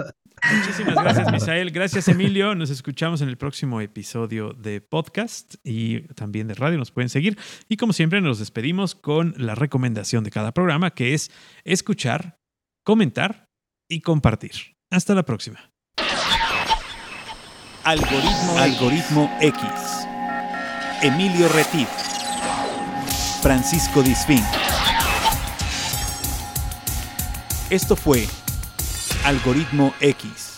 Muchísimas gracias, Misael. Gracias, Emilio. Nos escuchamos en el próximo episodio de podcast y también de radio. Nos pueden seguir. Y como siempre, nos despedimos con la recomendación de cada programa, que es escuchar, comentar y compartir. Hasta la próxima. Algoritmo X. Emilio Retif. Francisco Disfín. Esto fue Algoritmo X.